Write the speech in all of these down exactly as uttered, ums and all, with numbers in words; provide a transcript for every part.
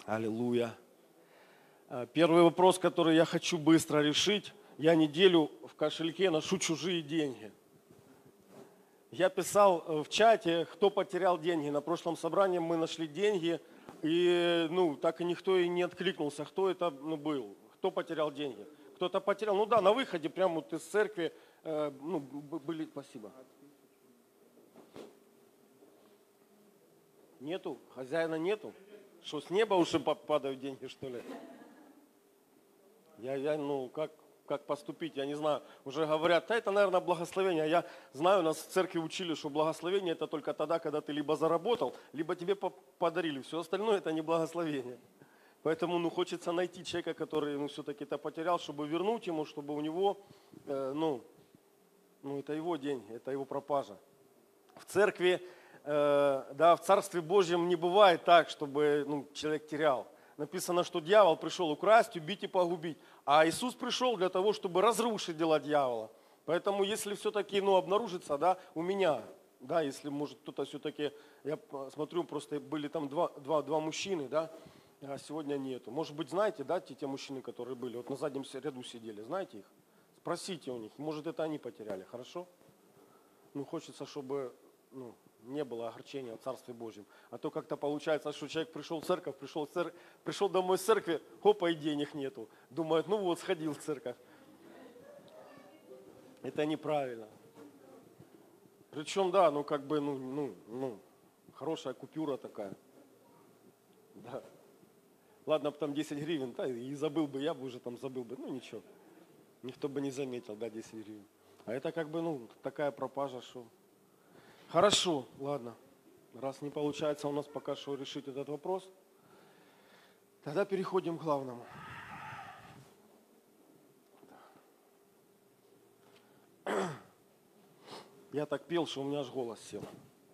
Аллилуйя. Первый вопрос, который я хочу быстро решить. Я неделю в кошельке ношу чужие деньги. Я писал в чате, кто потерял деньги. На прошлом собрании мы нашли деньги, и ну, так и никто и не откликнулся, кто это ну, был, кто потерял деньги. Кто-то потерял, ну да, на выходе прямо вот из церкви э, ну, были, спасибо. Нету? Хозяина нету? Что, с неба уже падают деньги, что ли? Я, я ну, как, как поступить, я не знаю. Уже говорят, да, это, наверное, благословение. Я знаю, нас в церкви учили, что благословение это только тогда, когда ты либо заработал, либо тебе подарили. Все остальное это не благословение. Поэтому, ну, хочется найти человека, который, ну, все-таки это потерял, чтобы вернуть ему, чтобы у него, э, ну, ну, это его деньги, это его пропажа. В церкви, э, да, в Царстве Божьем не бывает так, чтобы, ну, человек терял. Написано, что дьявол пришел украсть, убить и погубить. А Иисус пришел для того, чтобы разрушить дела дьявола. Поэтому, если все-таки ну, обнаружится, да, у меня, да, если, может, кто-то все-таки, я смотрю, просто были там два, два, два мужчины, да, а сегодня нету. Может быть, знаете, да, те, те мужчины, которые были, вот на заднем ряду сидели, знаете их? Спросите у них, может, это они потеряли, хорошо? Ну, хочется, чтобы... Ну, не было огорчения в Царстве Божьем. А то как-то получается, что человек пришел в церковь, пришел, в церковь, пришел домой с церкви, хопа, и денег нету. Думает, ну вот, сходил в церковь. Это неправильно. Причем, да, ну как бы, ну, ну, ну, хорошая купюра такая. Да. Ладно, там десять гривен, да, и забыл бы, я бы уже там забыл бы, ну ничего. Никто бы не заметил, да, десять гривен. А это как бы, ну, такая пропажа, что... Хорошо, ладно. Раз не получается у нас пока что решить этот вопрос, тогда переходим к главному. Я так пел, что у меня аж голос сел.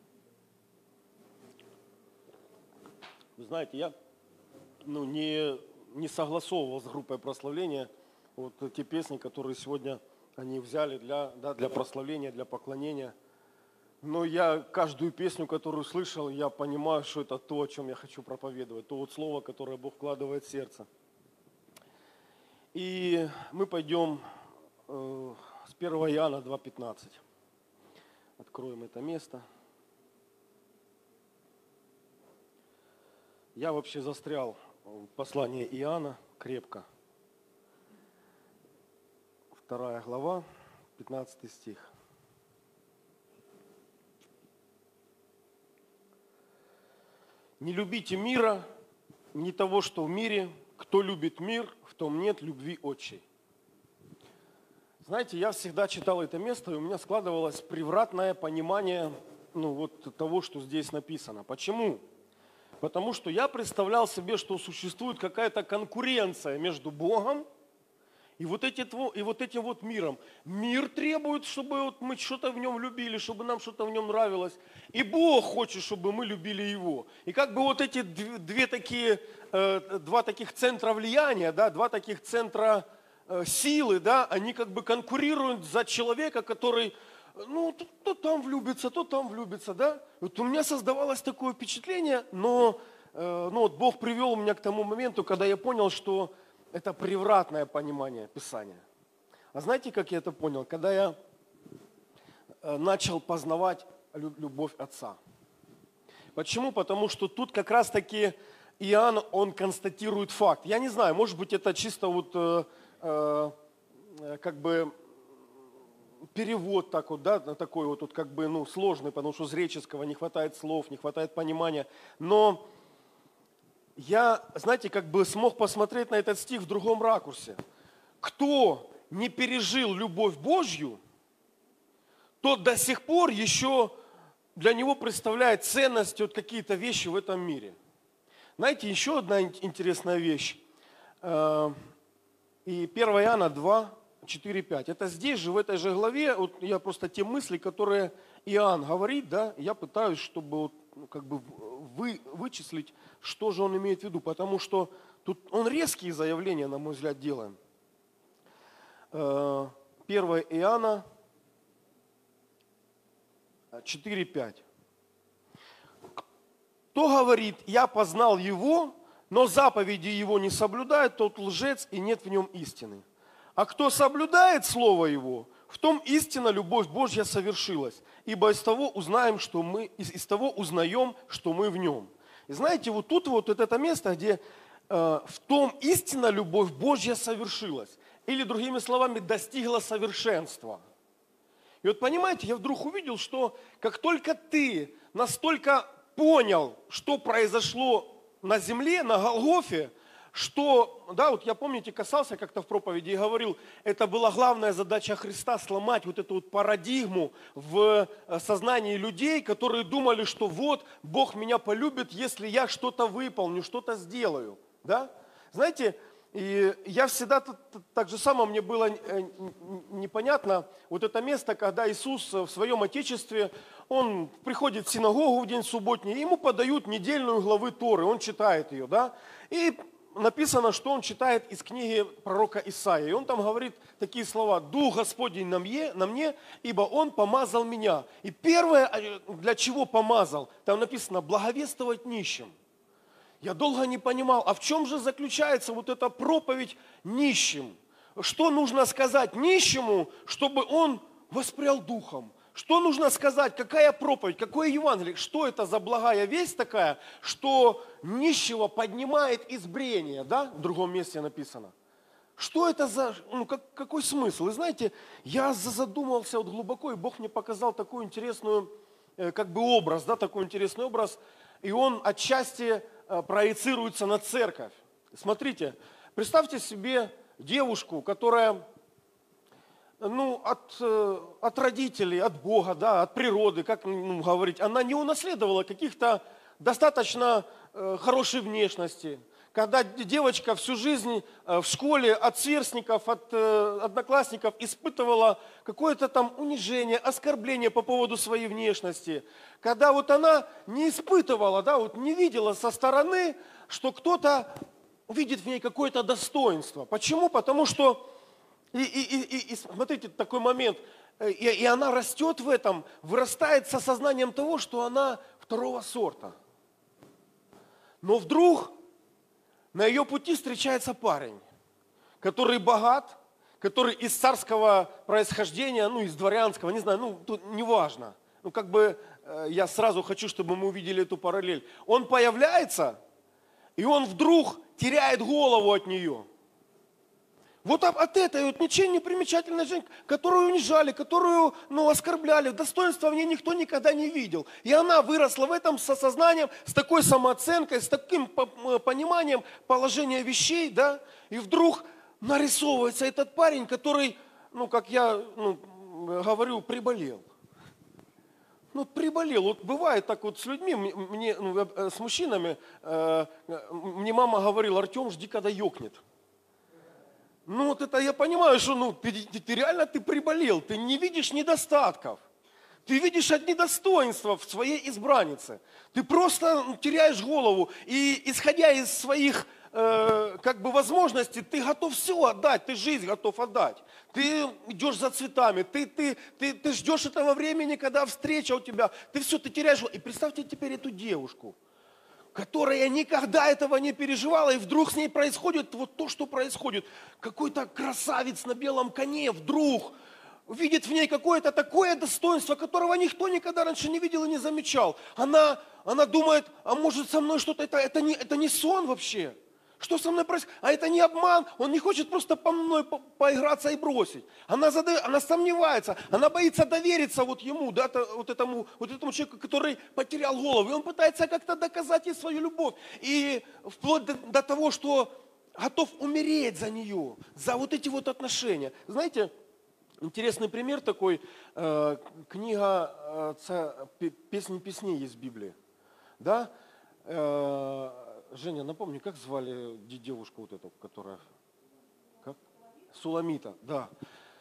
Вы знаете, я ну, не, не согласовывал с группой прославления вот те песни, которые сегодня они взяли для, да, для прославления, для поклонения. Но я каждую песню, которую слышал, я понимаю, что это то, о чем я хочу проповедовать, то вот слово, которое Бог вкладывает в сердце. И мы пойдем э, с первого Иоанна два пятнадцать. Откроем это место. Я вообще застрял в послании Иоанна крепко. Вторая глава, пятнадцатый стих. Не любите мира, не того, что в мире. Кто любит мир, в том нет любви отчей. Знаете, я всегда читал это место, и у меня складывалось превратное понимание ну, вот, того, что здесь написано. Почему? Потому что я представлял себе, что существует какая-то конкуренция между Богом и вот, эти, и вот этим вот миром. Мир требует, чтобы вот мы что-то в нем любили, чтобы нам что-то в нем нравилось. И Бог хочет, чтобы мы любили Его. И как бы вот эти две, две такие, э, два таких центра влияния, да, два таких центра э, силы, да, они как бы конкурируют за человека, который, ну, то, то там влюбится, то там влюбится, да. Вот у меня создавалось такое впечатление, но э, ну, вот Бог привел меня к тому моменту, когда я понял, что это превратное понимание Писания. А знаете, как я это понял? Когда я начал познавать любовь Отца. Почему? Потому что тут как раз-таки Иоанн, он констатирует факт. Я не знаю, может быть, это чисто вот э, э, как бы перевод так вот, да, такой вот, вот как бы ну, сложный, потому что с греческого не хватает слов, не хватает понимания. Но я, знаете, как бы смог посмотреть на этот стих в другом ракурсе. Кто не пережил любовь Божью, тот до сих пор еще для него представляет ценность вот какие-то вещи в этом мире. Знаете, еще одна интересная вещь. И первое Иоанна два, четыре, пять. Это здесь же, в этой же главе, вот я просто те мысли, которые Иоанн говорит, да, я пытаюсь, чтобы вот, ну, как бы вы, вычислить, что же он имеет в виду. Потому что тут он резкие заявления, на мой взгляд, делает. первое Иоанна четыре, пять. Кто говорит, я познал его, но заповеди его не соблюдает, тот лжец, и нет в нем истины. А кто соблюдает слово его, в том истина, любовь Божья совершилась. Ибо из того узнаем, что мы, из, из того узнаем, что мы в нем. И знаете, вот тут вот это место, где э, в том истина, любовь Божья совершилась. Или, другими словами, достигла совершенства. И вот понимаете, я вдруг увидел, что как только ты настолько понял, что произошло на земле, на Голгофе, что, да, вот я, помните, касался как-то в проповеди и говорил, это была главная задача Христа сломать вот эту вот парадигму в сознании людей, которые думали, что вот Бог меня полюбит, если я что-то выполню, что-то сделаю, да. Знаете, и я всегда так же само, мне было непонятно вот это место, когда Иисус в своем Отечестве, он приходит в синагогу в день субботний, и ему подают недельную главу Торы, он читает ее, да, и написано, что он читает из книги пророка Исаии, и он там говорит такие слова: «Дух Господень на мне, на мне, ибо Он помазал меня». И первое, для чего помазал, там написано: благовествовать нищим. Я долго не понимал, а в чем же заключается вот эта проповедь нищим? Что нужно сказать нищему, чтобы он воспрял духом? Что нужно сказать? Какая проповедь? Какое Евангелие? Что это за благая весть такая, что нищего поднимает из брения? Да? В другом месте написано. Что это за, ну, как, какой смысл? И знаете, я задумался вот глубоко, и Бог мне показал такую интересную, как бы образ, да, такой интересный образ, и он отчасти проецируется на церковь. Смотрите, представьте себе девушку, которая, ну, от, от родителей, от Бога, да, от природы, как ну, говорить, она не унаследовала каких-то достаточно э, хорошей внешности. Когда девочка всю жизнь в школе от сверстников, от э, одноклассников испытывала какое-то там унижение, оскорбление по поводу своей внешности. Когда вот она не испытывала, да, вот не видела со стороны, что кто-то видит в ней какое-то достоинство. Почему? Потому что, и, и, и, и смотрите, такой момент, и, и она растет в этом, вырастает с осознанием того, что она второго сорта. Но вдруг на ее пути встречается парень, который богат, который из царского происхождения, ну, из дворянского, не знаю, ну, тут неважно. Ну, как бы э, я сразу хочу, чтобы мы увидели эту параллель. Он появляется, и он вдруг теряет голову от нее. Вот от этой вот ничем не примечательной женщины, которую унижали, которую, ну, оскорбляли, достоинства в ней никто никогда не видел. И она выросла в этом с осознанием, с такой самооценкой, с таким пониманием положения вещей, да, и вдруг нарисовывается этот парень, который, ну, как я ну, говорю, приболел. Ну, приболел. Вот бывает так вот с людьми, мне, ну, с мужчинами, э, мне мама говорила: Артем, жди, когда ёкнет. Ну, вот это я понимаю, что ну, ты, ты реально ты приболел, ты не видишь недостатков. Ты видишь одни достоинства в своей избраннице. Ты просто теряешь голову. И исходя из своих э, как бы возможностей, ты готов все отдать, ты жизнь готов отдать. Ты идешь за цветами, ты, ты, ты, ты ждешь этого времени, когда встреча у тебя. Ты все, ты теряешь голову. И представьте теперь эту девушку, которая никогда этого не переживала, и вдруг с ней происходит вот то, что происходит. Какой-то красавец на белом коне вдруг видит в ней какое-то такое достоинство, которого никто никогда раньше не видел и не замечал. Она, она думает: а может со мной что-то, это, это, не, это не сон вообще. Что со мной происходит? А это не обман, он не хочет просто по мной по поиграться и бросить. Она, задает, она сомневается, она боится довериться вот ему, да, вот, этому, вот этому человеку, который потерял голову. И он пытается как-то доказать ей свою любовь. И вплоть до, до того, что готов умереть за нее, за вот эти вот отношения. Знаете, интересный пример такой, э, книга э, «Песни песней» есть в Библии. Да? Э, Женя, напомни, как звали девушку вот эту, которая... Как? Суламита, да.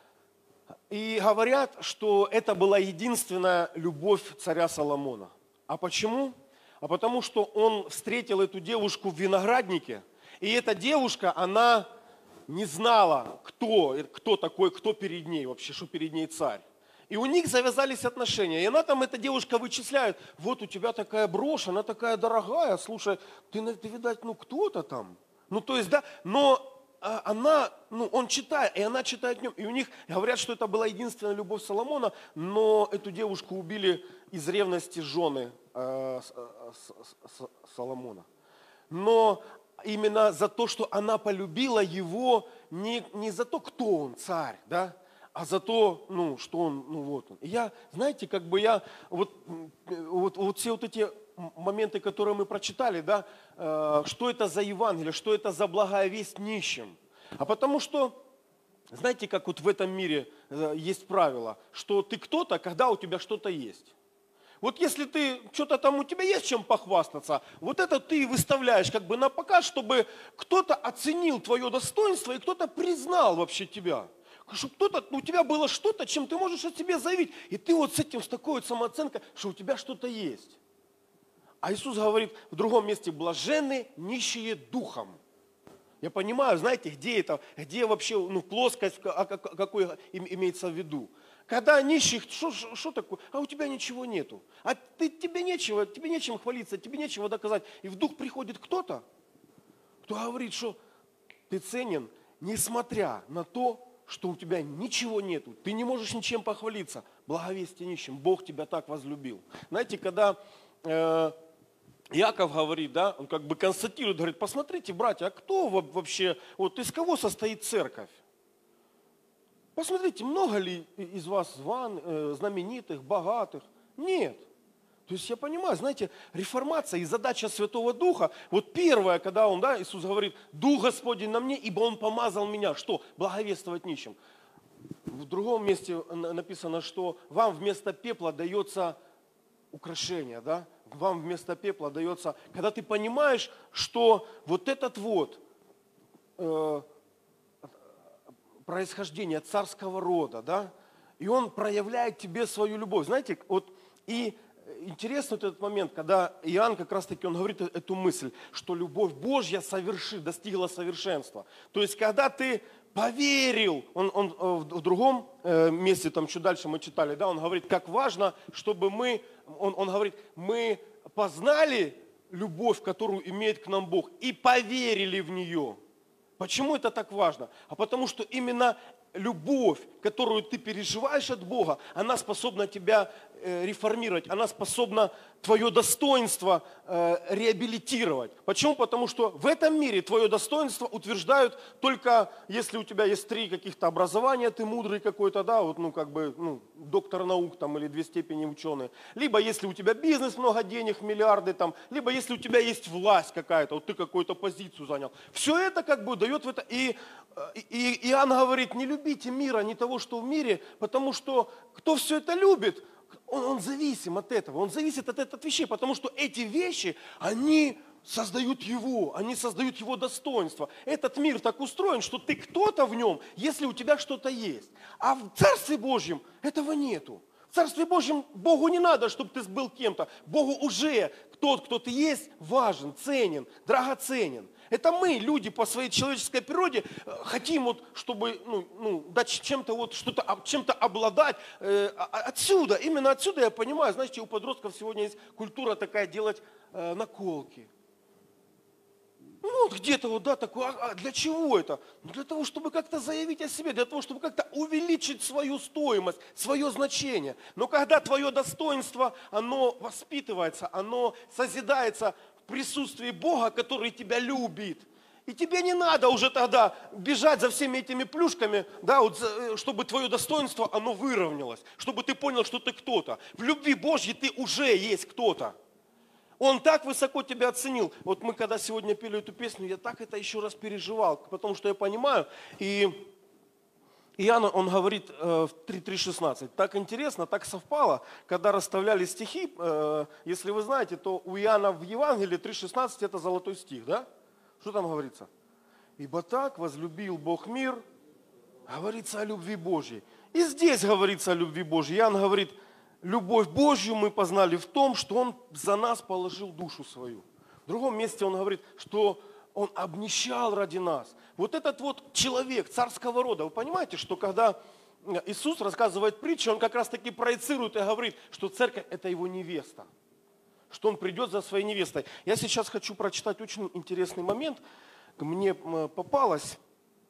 И говорят, что это была единственная любовь царя Соломона. А почему? А потому что он встретил эту девушку в винограднике, и эта девушка, она не знала, кто, кто такой, кто перед ней вообще, что перед ней царь. И у них завязались отношения. И она там, эта девушка, вычисляет, вот у тебя такая брошь, она такая дорогая, слушай, ты, ты видать, ну кто-то там. Ну то есть, да, но она, ну он читает, и она читает в нем. И у них, говорят, что это была единственная любовь Соломона, но эту девушку убили из ревности жены э, Соломона. Но именно за то, что она полюбила его, не, не за то, кто он, царь, да, а за то, ну, что он, ну вот он. И я, знаете, как бы я, вот, вот, вот все вот эти моменты, которые мы прочитали, да, э, что это за Евангелие, что это за благая весть нищим. А потому что, знаете, как вот в этом мире э, есть правило, что ты кто-то, когда у тебя что-то есть. Вот если ты, что-то там у тебя есть чем похвастаться, вот это ты выставляешь как бы на показ, чтобы кто-то оценил твое достоинство и кто-то признал вообще тебя. Чтобы кто-то, у тебя было что-то, чем ты можешь о себе заявить. И ты вот с этим, с такой вот самооценкой, что у тебя что-то есть. А Иисус говорит в другом месте, блаженны нищие духом. Я понимаю, знаете, где это, где вообще, ну, плоскость, какой имеется в виду. Когда нищих, что такое? А у тебя ничего нету. А ты, тебе нечего, тебе нечем хвалиться, тебе нечего доказать. И вдруг приходит кто-то, кто говорит, что ты ценен, несмотря на то, что у тебя ничего нету, ты не можешь ничем похвалиться. Благовестие нищим, Бог тебя так возлюбил. Знаете, когда э, Иаков говорит, да, он как бы констатирует, говорит, посмотрите, братья, а кто вообще, вот из кого состоит церковь? Посмотрите, много ли из вас зван, э, знаменитых, богатых? Нет. То есть я понимаю, знаете, реформация и задача Святого Духа, вот первое, когда он, да, Иисус говорит, Дух Господень на мне, ибо Он помазал меня, что? Благовествовать нищим. В другом месте написано, что вам вместо пепла дается украшение, да? Вам вместо пепла дается, когда ты понимаешь, что вот этот вот э, происхождение царского рода, да, и он проявляет тебе свою любовь. Знаете, вот и интересно вот этот момент, когда Иоанн как раз-таки, он говорит эту мысль, что любовь Божья соверши, достигла совершенства. То есть, когда ты поверил, он, он в другом месте, там чуть дальше мы читали, да, он говорит, как важно, чтобы мы, он, он говорит, мы познали любовь, которую имеет к нам Бог, и поверили в нее. Почему это так важно? А потому что именно любовь, которую ты переживаешь от Бога, она способна тебя э, реформировать, она способна твое достоинство э, реабилитировать. Почему? Потому что в этом мире твое достоинство утверждают только, если у тебя есть три каких-то образования, ты мудрый какой-то, да, вот, ну, как бы, ну, доктор наук там или две степени ученые. Либо если у тебя бизнес, много денег, миллиарды там, либо если у тебя есть власть какая-то, вот ты какую-то позицию занял. Все это как бы дает в это. И, и Иоанн говорит, не любите мира, не того, что в мире, потому что кто все это любит, он, он зависим от этого, он зависит от этих вещей, потому что эти вещи, они создают его, они создают его достоинство. Этот мир так устроен, что ты кто-то в нем, если у тебя что-то есть. А в Царстве Божьем этого нету. В Царстве Божьем Богу не надо, чтобы ты был кем-то. Богу уже тот, кто ты есть, важен, ценен, драгоценен. Это мы, люди, по своей человеческой природе, хотим, вот, чтобы ну, ну, дать чем-то, вот, что-то, чем-то обладать. Отсюда, именно отсюда я понимаю, знаете, у подростков сегодня есть культура такая делать наколки. Ну, где-то вот, да, такое, а для чего это? Ну, для того, чтобы как-то заявить о себе, для того, чтобы как-то увеличить свою стоимость, свое значение. Но когда твое достоинство, оно воспитывается, оно созидается в присутствии Бога, который тебя любит, и тебе не надо уже тогда бежать за всеми этими плюшками, да, вот, чтобы твое достоинство, оно выровнялось, чтобы ты понял, что ты кто-то. В любви Божьей ты уже есть кто-то. Он так высоко тебя оценил. Вот мы когда сегодня пели эту песню, я так это еще раз переживал, потому что я понимаю. И Иоанн, он говорит в три три шестнадцать, так интересно, так совпало, когда расставляли стихи, если вы знаете, то у Иоанна в Евангелии три шестнадцать это золотой стих, да? Что там говорится? Ибо так возлюбил Бог мир, говорится о любви Божьей. И здесь говорится о любви Божьей. Иоанн говорит, любовь Божью мы познали в том, что Он за нас положил душу свою. В другом месте он говорит, что Он обнищал ради нас. Вот этот вот человек царского рода, вы понимаете, что когда Иисус рассказывает притчу, он как раз таки проецирует и говорит, что церковь – это его невеста, что он придет за своей невестой. Я сейчас хочу прочитать очень интересный момент. Мне попалось,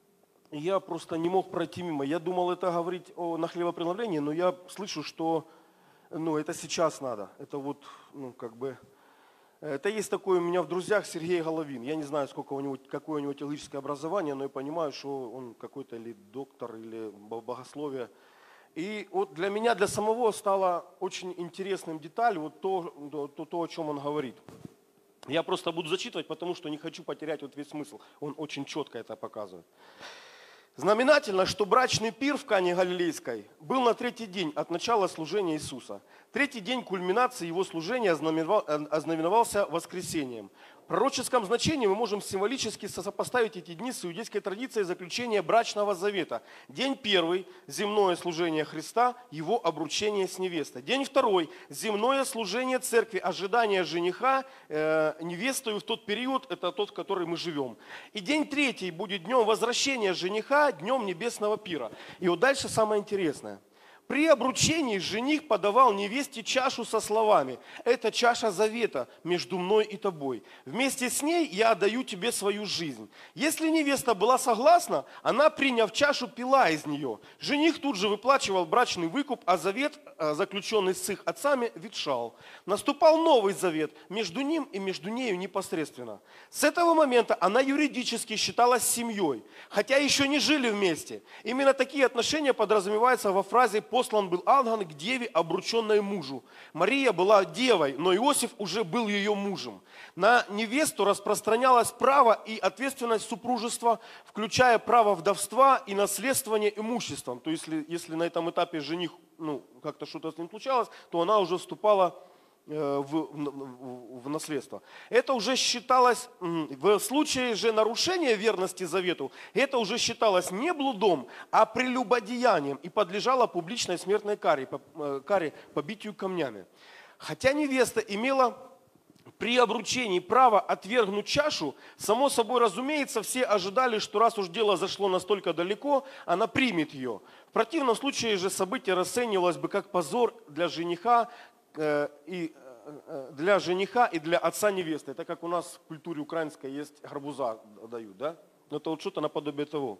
и я просто не мог пройти мимо. Я думал это говорить о, на хлебопреломлении, но я слышу, что ну, это сейчас надо. Это вот, ну, как бы... Это есть такой у меня в друзьях Сергей Головин. Я не знаю, сколько у него, какое у него теологическое образование, но я понимаю, что он какой-то или доктор, или богословие. И вот для меня, для самого стало очень интересным деталь, вот то, то, то, о чем он говорит. Я просто буду зачитывать, потому что не хочу потерять вот весь смысл. Он очень четко это показывает. Знаменательно, что брачный пир в Кане Галилейской был на третий день от начала служения Иисуса. Третий день кульминации его служения ознаменовался воскресением. В пророческом значении мы можем символически сопоставить эти дни с иудейской традицией заключения брачного завета. День первый – земное служение Христа, его обручение с невестой. День второй – земное служение церкви, ожидание жениха э, невестою в тот период, это тот, в который мы живем. И день третий будет днем возвращения жениха, днем небесного пира. И вот дальше самое интересное. При обручении жених подавал невесте чашу со словами: «Это чаша завета между мной и тобой. Вместе с ней я отдаю тебе свою жизнь». Если невеста была согласна, она, приняв чашу, пила из нее. Жених тут же выплачивал брачный выкуп, а завет, заключенный с их отцами, ветшал. Наступал новый завет между ним и между нею непосредственно. С этого момента она юридически считалась семьей, хотя еще не жили вместе. Именно такие отношения подразумеваются во фразе «послан был ангел к деве, обрученной мужу». Мария была девой, но Иосиф уже был ее мужем. На невесту распространялось право и ответственность супружества, включая право вдовства и наследование имуществом. То есть, если, если на этом этапе жених ну, как-то что-то с ним случалось, то она уже вступала В, в, в наследство. Это уже считалось, в случае же нарушения верности завету, это уже считалось не блудом, а прелюбодеянием и подлежало публичной смертной каре, каре побитию камнями. Хотя невеста имела при обручении право отвергнуть чашу, само собой разумеется, все ожидали, что раз уж дело зашло настолько далеко, она примет ее. В противном случае же событие расценивалось бы как позор для жениха, и для жениха и для отца невесты. Это как у нас в культуре украинской есть гарбуза дают, да? Это вот что-то наподобие того.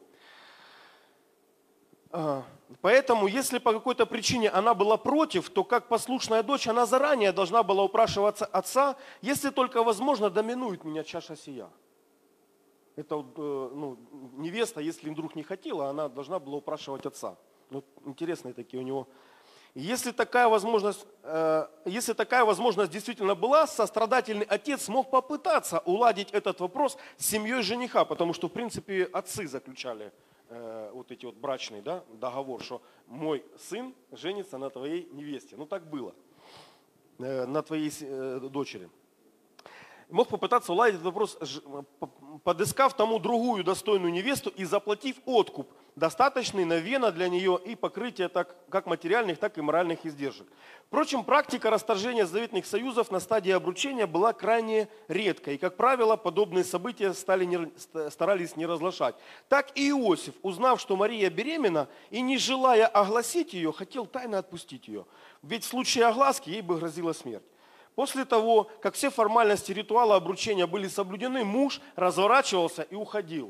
Поэтому, если по какой-то причине она была против, то как послушная дочь, она заранее должна была упрашивать отца, если только возможно, доминует меня чаша сия. Это ну, невеста, если вдруг не хотела, она должна была упрашивать отца. Вот интересные такие у него. Если такая возможность, если такая возможность действительно была, сострадательный отец мог попытаться уладить этот вопрос с семьей жениха, потому что, в принципе, отцы заключали вот эти вот брачный да, договор, что мой сын женится на твоей невесте. Ну так было, на твоей дочери. Мог попытаться уладить этот вопрос, подыскав тому другую достойную невесту и заплатив откуп, достаточный на вена для нее и покрытие так, как материальных, так и моральных издержек. Впрочем, практика расторжения заветных союзов на стадии обручения была крайне редкой, и, как правило, подобные события стали не, старались не разглашать. Так и Иосиф, узнав, что Мария беременна, и не желая огласить ее, хотел тайно отпустить ее. Ведь в случае огласки ей бы грозила смерть. После того, как все формальности ритуала обручения были соблюдены, муж разворачивался и уходил.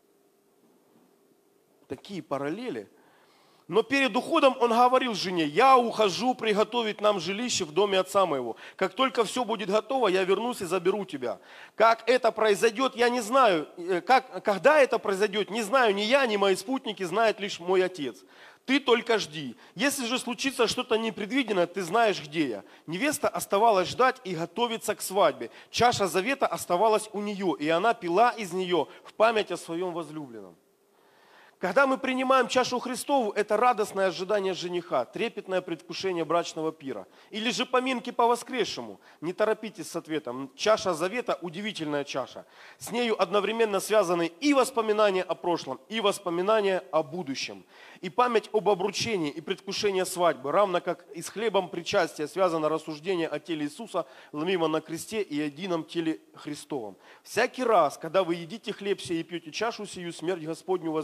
Такие параллели. Но перед уходом он говорил жене: «Я ухожу приготовить нам жилище в доме отца моего. Как только все будет готово, я вернусь и заберу тебя». Как это произойдет, я не знаю. Как, когда это произойдет, не знаю ни я, ни мои спутники, знает лишь мой отец. Ты только жди. Если же случится что-то непредвиденное, ты знаешь, где я. Невеста оставалась ждать и готовиться к свадьбе. Чаша завета оставалась у нее, и она пила из нее в память о своем возлюбленном. Когда мы принимаем чашу Христову, это радостное ожидание жениха, трепетное предвкушение брачного пира. Или же поминки по воскресшему. Не торопитесь с ответом. Чаша завета – удивительная чаша. С нею одновременно связаны и воспоминания о прошлом, и воспоминания о будущем. И память об обручении, и предвкушение свадьбы, равно как и с хлебом причастия связано рассуждение о теле Иисуса, ломимом на кресте, и едином теле Христовом. Всякий раз, когда вы едите хлеб сей и пьете чашу сию, смерть Господню возвещаете.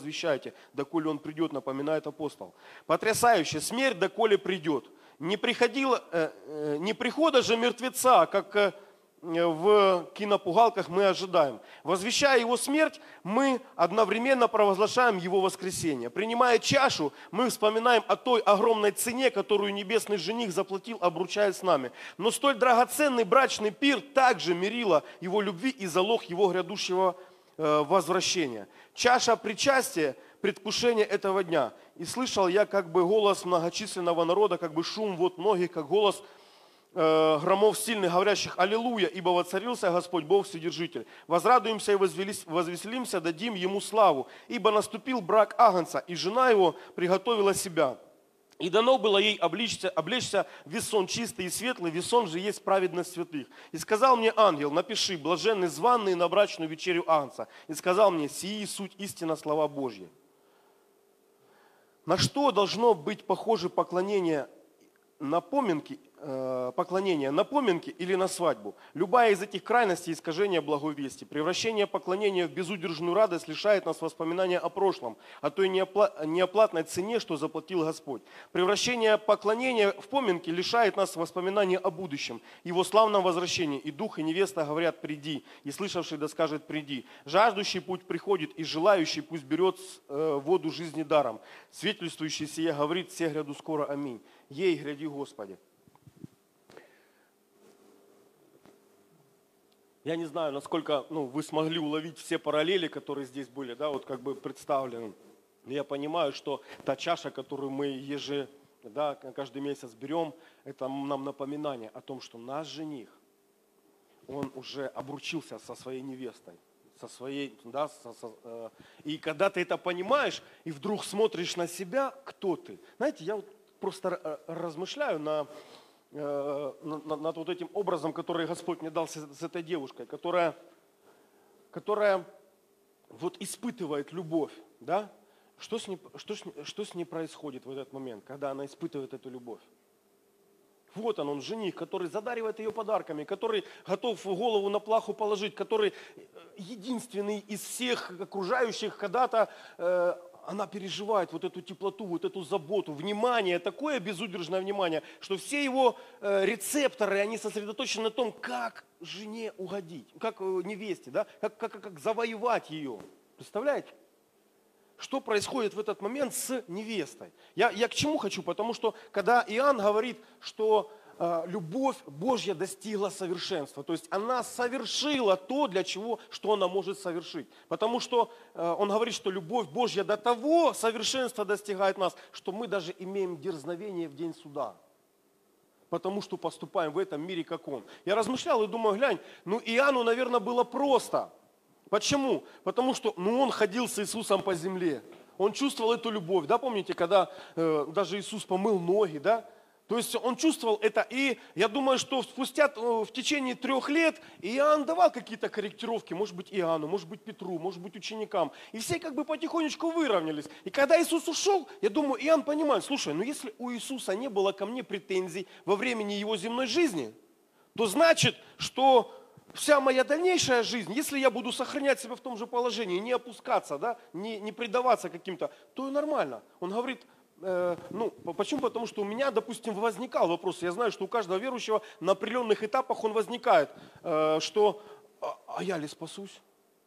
ожидайте, доколе он придет, напоминает апостол. Потрясающе. Смерть, доколе придет. Не, приходила, не прихода же мертвеца, как в кинопугалках мы ожидаем. Возвещая его смерть, мы одновременно провозглашаем его воскресение. Принимая чашу, мы вспоминаем о той огромной цене, которую небесный жених заплатил, обручаясь с нами. Но столь драгоценный брачный пир также мерило его любви и залог его грядущего возвращения. Чаша причастия, предвкушение этого дня. И слышал я как бы голос многочисленного народа, как бы шум вот многих, как голос э, громов сильных, говорящих «Аллилуйя, ибо воцарился Господь Бог Вседержитель. Возрадуемся и возвеселимся, дадим Ему славу, ибо наступил брак Агнца, и жена его приготовила себя». И дано было ей облечься, облечься в весон чистый и светлый, весон же есть праведность святых. И сказал мне ангел, напиши, блаженны званные на брачную вечерю Агнца. И сказал мне, сии суть истина слова Божьи. На что должно быть похоже поклонение на поминки, э, поклонение на поминки или на свадьбу? Любая из этих крайностей искажения благой вести, превращение поклонения в безудержную радость лишает нас воспоминания о прошлом, о той неоплатной цене, что заплатил Господь. Превращение поклонения в поминки лишает нас воспоминания о будущем, его славном возвращении. И дух, и невеста говорят «приди», и слышавший да скажет «приди». Жаждущий путь приходит, и желающий пусть берет воду жизни даром. Свидетельствующий сие говорит, все гряду скоро, аминь. Ей гряди, Господи. Я не знаю, насколько ну, вы смогли уловить все параллели, которые здесь были, да, вот как бы представлены. Я понимаю, что та чаша, которую мы еже, да, каждый месяц берем, это нам напоминание о том, что наш жених, он уже обручился со своей невестой. Со своей, да, со, со, э, и когда ты это понимаешь, и вдруг смотришь на себя, кто ты. Знаете, я вот просто размышляю на, э, на, над вот этим образом, который Господь мне дал с, с этой девушкой, которая, которая вот испытывает любовь, да? Что с ней, что, что с ней происходит в этот момент, когда она испытывает эту любовь? Вот он, он, жених, который задаривает ее подарками, который готов голову на плаху положить, который единственный из всех окружающих когда-то, э, она переживает вот эту теплоту, вот эту заботу, внимание, такое безудержное внимание, что все его э, рецепторы, они сосредоточены на том, как жене угодить, как э, невесте, да, как, как, как завоевать ее. Представляете? Что происходит в этот момент с невестой? Я, я к чему хочу? Потому что когда Иоанн говорит, что э, любовь Божья достигла совершенства, то есть она совершила то, для чего, что она может совершить. Потому что э, он говорит, что любовь Божья до того совершенства достигает нас, что мы даже имеем дерзновение в день суда. Потому что поступаем в этом мире, как он. Я размышлял и думаю, глянь, ну Иоанну, наверное, было просто. Почему? Потому что ну, он ходил с Иисусом по земле. Он чувствовал эту любовь. Да, помните, когда э, даже Иисус помыл ноги, да? То есть он чувствовал это. И я думаю, что спустя э, в течение трех лет Иоанн давал какие-то корректировки. Может быть, Иоанну, может быть, Петру, может быть, ученикам. И все как бы потихонечку выровнялись. И когда Иисус ушел, я думаю, Иоанн понимает, слушай, ну если у Иисуса не было ко мне претензий во времени его земной жизни, то значит, что вся моя дальнейшая жизнь, если я буду сохранять себя в том же положении, не опускаться, да, не, не предаваться каким-то, то и нормально. Он говорит, э, ну, почему? Потому что у меня, допустим, возникал вопрос, я знаю, что у каждого верующего на определенных этапах он возникает, э, что, а, а я ли спасусь?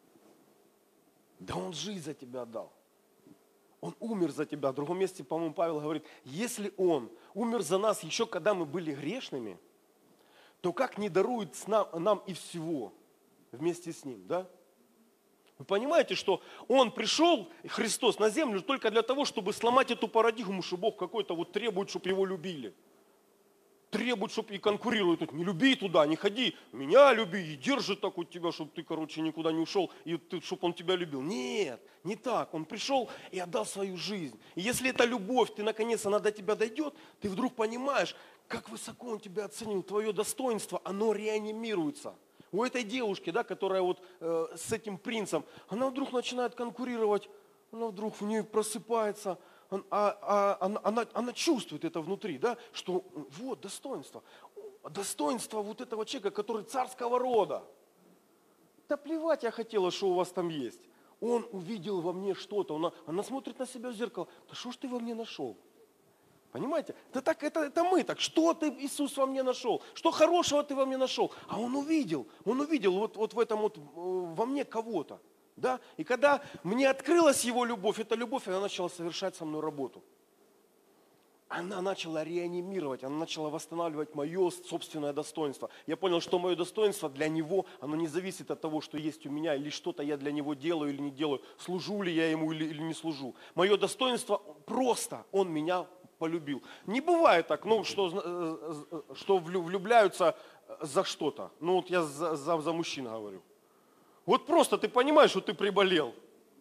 Да он жизнь за тебя отдал. Он умер за тебя. В другом месте, по-моему, Павел говорит, если он умер за нас еще когда мы были грешными, то как не дарует нам, нам и всего вместе с ним, да? Вы понимаете, что он пришел, Христос, на землю только для того, чтобы сломать эту парадигму, что Бог какой-то вот требует, чтобы его любили. Требует, чтобы и конкурирует. Не люби туда, не ходи, меня люби, и держи так вот тебя, чтобы ты, короче, никуда не ушел, и ты, чтобы он тебя любил. Нет, не так. Он пришел и отдал свою жизнь. И если эта любовь, ты наконец, она до тебя дойдет, ты вдруг понимаешь, как высоко он тебя оценил, твое достоинство, оно реанимируется. У этой девушки, да, которая вот э, с этим принцем, она вдруг начинает конкурировать, она вдруг в ней просыпается, а, а, она, она, она чувствует это внутри, да, что вот достоинство, достоинство вот этого человека, который царского рода. Да плевать я хотела, что у вас там есть. Он увидел во мне что-то. Она, она смотрит на себя в зеркало. Да что ж ты во мне нашел? Понимаете? Это, так, это, это мы так. Что ты, Иисус, во мне нашел? Что хорошего ты во мне нашел? А он увидел. Он увидел вот, вот в этом вот, во мне кого-то. Да? И когда мне открылась его любовь, эта любовь, она начала совершать со мной работу. Она начала реанимировать, она начала восстанавливать мое собственное достоинство. Я понял, что мое достоинство для него, оно не зависит от того, что есть у меня, или что-то я для него делаю или не делаю, служу ли я ему или, или не служу. Мое достоинство просто, он меня полюбил. Не бывает так, ну, что, что влюбляются за что-то. Ну, вот я за, за, за мужчин говорю. Вот просто ты понимаешь, что ты приболел.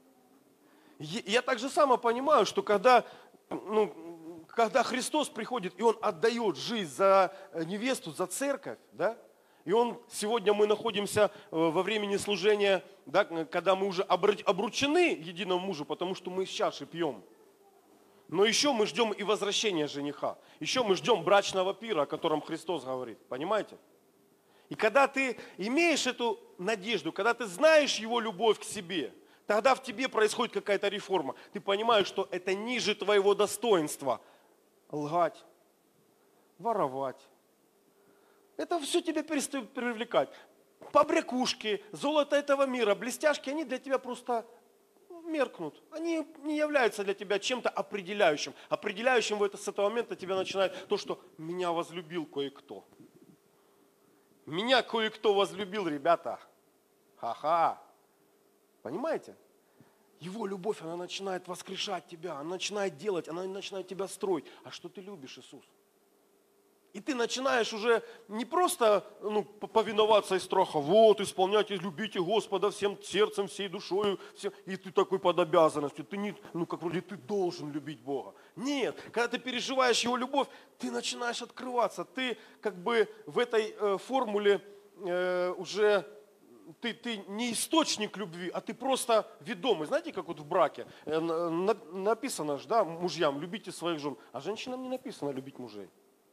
Я так же само понимаю, что когда... Ну, Когда Христос приходит, и Он отдает жизнь за невесту, за церковь, да? И Он, сегодня мы находимся во времени служения, да, когда мы уже обручены единому мужу, потому что мы из чаши пьем. Но еще мы ждем и возвращения жениха. Еще мы ждем брачного пира, о котором Христос говорит. Понимаете? И когда ты имеешь эту надежду, когда ты знаешь Его любовь к себе, тогда в тебе происходит какая-то реформа. Ты понимаешь, что это ниже твоего достоинства. Лгать, воровать. Это все тебя перестает привлекать. Побрякушки, золото этого мира, блестяшки, они для тебя просто меркнут. Они не являются для тебя чем-то определяющим. Определяющим в это, с этого момента тебя начинает то, что меня возлюбил кое-кто. Меня кое-кто возлюбил, ребята. Ха-ха. Понимаете? Его любовь, она начинает воскрешать тебя, она начинает делать, она начинает тебя строить. А что ты любишь, Иисус? И ты начинаешь уже не просто ну, повиноваться из страха, вот, исполняйте, любите Господа всем сердцем, всей душою, всем, и ты такой под обязанностью, ты не, ну как вроде ты должен любить Бога. Нет, когда ты переживаешь Его любовь, ты начинаешь открываться, ты как бы в этой э, формуле э, уже... Ты, ты не источник любви, а ты просто ведомый. Знаете, как вот в браке написано же, да, мужьям, любите своих жен, а женщинам не написано любить мужей.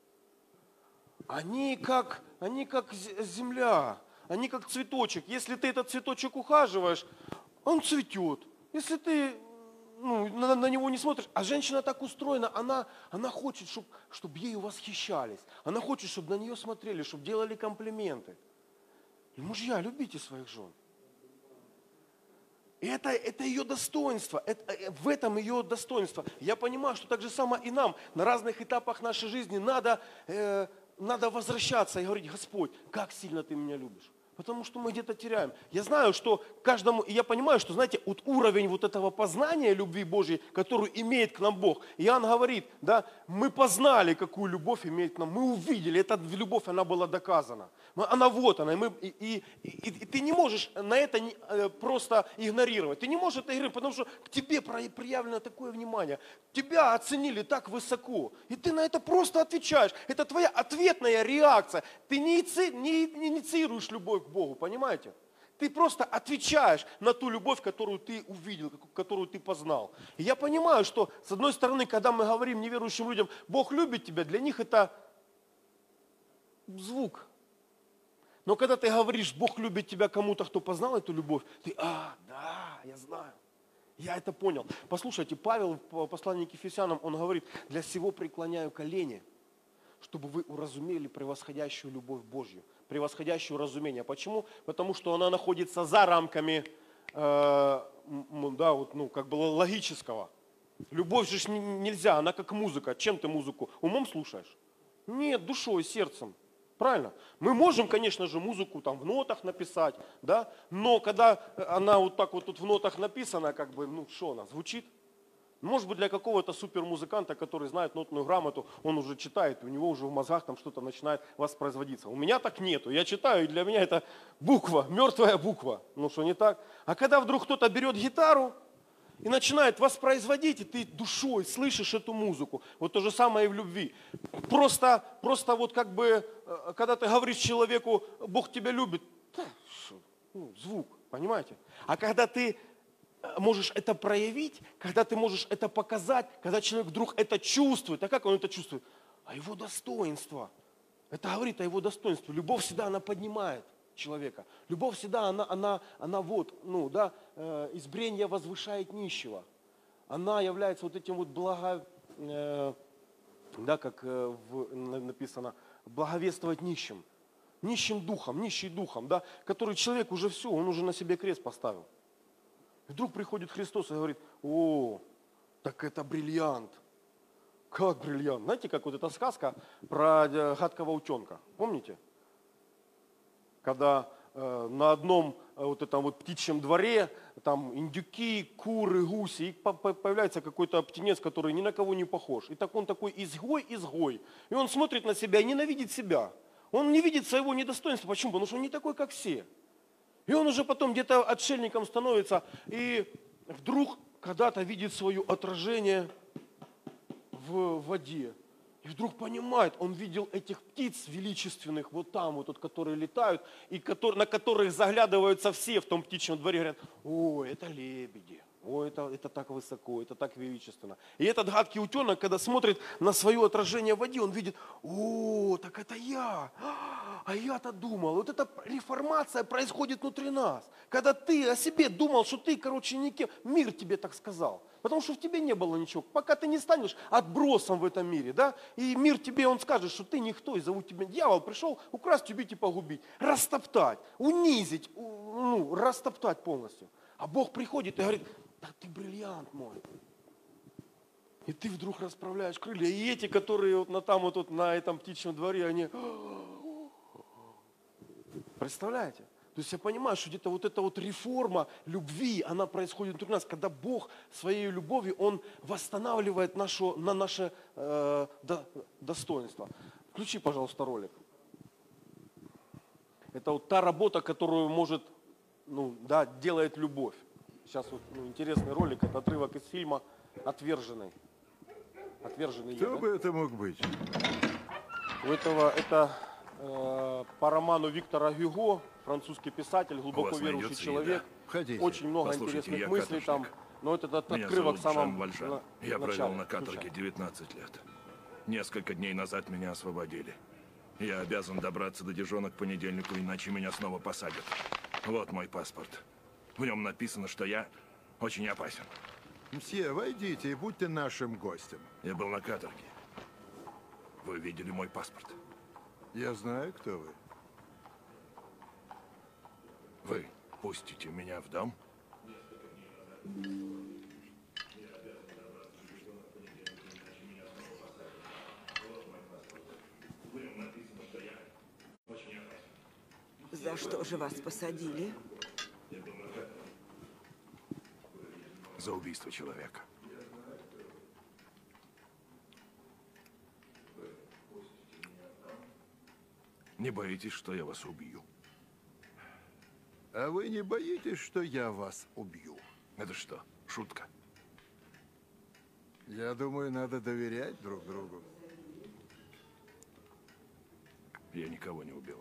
Они как, они как земля, они как цветочек. Если ты этот цветочек ухаживаешь, он цветет. Если ты ну, на, на него не смотришь, а женщина так устроена, она, она хочет, чтобы, чтобы ею восхищались. Она хочет, чтобы на нее смотрели, чтобы делали комплименты. И мужья, любите своих жен. И это, это ее достоинство, это, в этом ее достоинство. Я понимаю, что так же само и нам на разных этапах нашей жизни надо, э, надо возвращаться и говорить: Господь, как сильно Ты меня любишь. Потому что мы где-то теряем. Я знаю, что каждому, и я понимаю, что, знаете, вот уровень вот этого познания любви Божьей, которую имеет к нам Бог. Иоанн говорит, да, мы познали, какую любовь имеет к нам, мы увидели, эта любовь, она была доказана. Она вот она, и, мы, и, и, и, и ты не можешь на это не, просто игнорировать. Ты не можешь это игнорировать, потому что к тебе проявлено такое внимание. Тебя оценили так высоко, и ты на это просто отвечаешь. Это твоя ответная реакция. Ты не, не, не инициируешь любовь к Богу, понимаете? Ты просто отвечаешь на ту любовь, которую ты увидел, которую ты познал. И я понимаю, что с одной стороны, когда мы говорим неверующим людям, Бог любит тебя, для них это звук. Но когда ты говоришь, Бог любит тебя кому-то, кто познал эту любовь, ты, а, да, я знаю, я это понял. Послушайте, Павел в послании к Ефесянам, он говорит, для всего преклоняю колени, чтобы вы уразумели превосходящую любовь Божью, превосходящую разумение. Почему? Потому что она находится за рамками, э, да, вот, ну, как бы логического. Любовь же нельзя, она как музыка. Чем ты музыку? Умом слушаешь? Нет, душой, сердцем. Правильно? Мы можем, конечно же, музыку там в нотах написать, да, но когда она вот так вот тут в нотах написана, как бы, ну, что она, звучит? Может быть, для какого-то супермузыканта, который знает нотную грамоту, он уже читает, у него уже в мозгах там что-то начинает воспроизводиться. У меня так нету. Я читаю, и для меня это буква, мертвая буква. Ну что, не так? А когда вдруг кто-то берет гитару и начинает воспроизводить, и ты душой слышишь эту музыку. Вот то же самое и в любви. Просто, просто вот как бы, когда ты говоришь человеку, Бог тебя любит, да, ну, звук, понимаете? А когда ты можешь это проявить, когда ты можешь это показать, когда человек вдруг это чувствует. А как он это чувствует? А его достоинство. Это говорит о его достоинстве. Любовь всегда она поднимает. человека. Любовь всегда, она, она, она вот, ну, да, э, избрение возвышает нищего. Она является вот этим вот благо, э, да, как э, в, написано, благовествовать нищим. Нищим духом, нищий духом, да, который человек уже все, он уже на себе крест поставил. И вдруг приходит Христос и говорит: о, так это бриллиант. Как бриллиант? Знаете, как вот эта сказка про гадкого утенка, помните? Когда э, на одном э, вот этом вот птичьем дворе там индюки, куры, гуси, и по по появляется какой-то птенец, который ни на кого не похож. И так он такой изгой-изгой. И он смотрит на себя и ненавидит себя. Он не видит своего недостоинства. Почему? Потому что он не такой, как все. И он уже потом где-то отшельником становится, и вдруг когда-то видит свое отражение в воде. И вдруг понимает, он видел этих птиц величественных, вот там, вот, вот которые летают, и которые, на которых заглядываются все в том птичьем дворе, говорят: о, это лебеди, о, это, это так высоко, это так величественно. И этот гадкий утенок, когда смотрит на свое отражение в воде, он видит: о, так это я, а я-то думал. Вот эта реформация происходит внутри нас. Когда ты о себе думал, что ты, короче, никем, мир тебе так сказал. Потому что в тебе не было ничего. Пока ты не станешь отбросом в этом мире, да, и мир тебе, он скажет, что ты никто, и зовут тебя дьявол, пришел украсть, убить и погубить, растоптать, унизить, ну, растоптать полностью. А Бог приходит и говорит: да ты бриллиант мой. И ты вдруг расправляешь крылья. И эти, которые вот на, там, вот, вот, на этом птичьем дворе, они... Представляете? То есть я понимаю, что где-то вот эта вот реформа любви, она происходит внутри нас, когда Бог своей любовью, Он восстанавливает нашу, на наше э, до, достоинство. Включи, пожалуйста, ролик. Это вот та работа, которую может, ну, да, делает любовь. Сейчас вот, ну, интересный ролик, это отрывок из фильма «Отверженный». Отверженный. Кто я, бы да? это мог быть? У этого, это э, по роману Виктора Гюго, французский писатель, глубоко верующий человек. Входите. Очень много Послушайте, интересных я мыслей каторжник. там. Но вот этот Меня отрывок зовут в самом Жан Вальжан. на- Я провел начале. на каторге Включай. девятнадцать лет. Несколько дней назад меня освободили. Я обязан добраться до Дижона к понедельнику, иначе меня снова посадят. Вот мой паспорт. В нем написано, что я очень опасен. Мсье, войдите и будьте нашим гостем. Я был на каторге. Вы видели мой паспорт? Я знаю, кто вы. Вы пустите меня в дом? За что же вас посадили? За убийство человека. Не боитесь, что я вас убью? А вы не боитесь, что я вас убью? Это что, шутка? Я думаю, надо доверять друг другу. Я никого не убивал.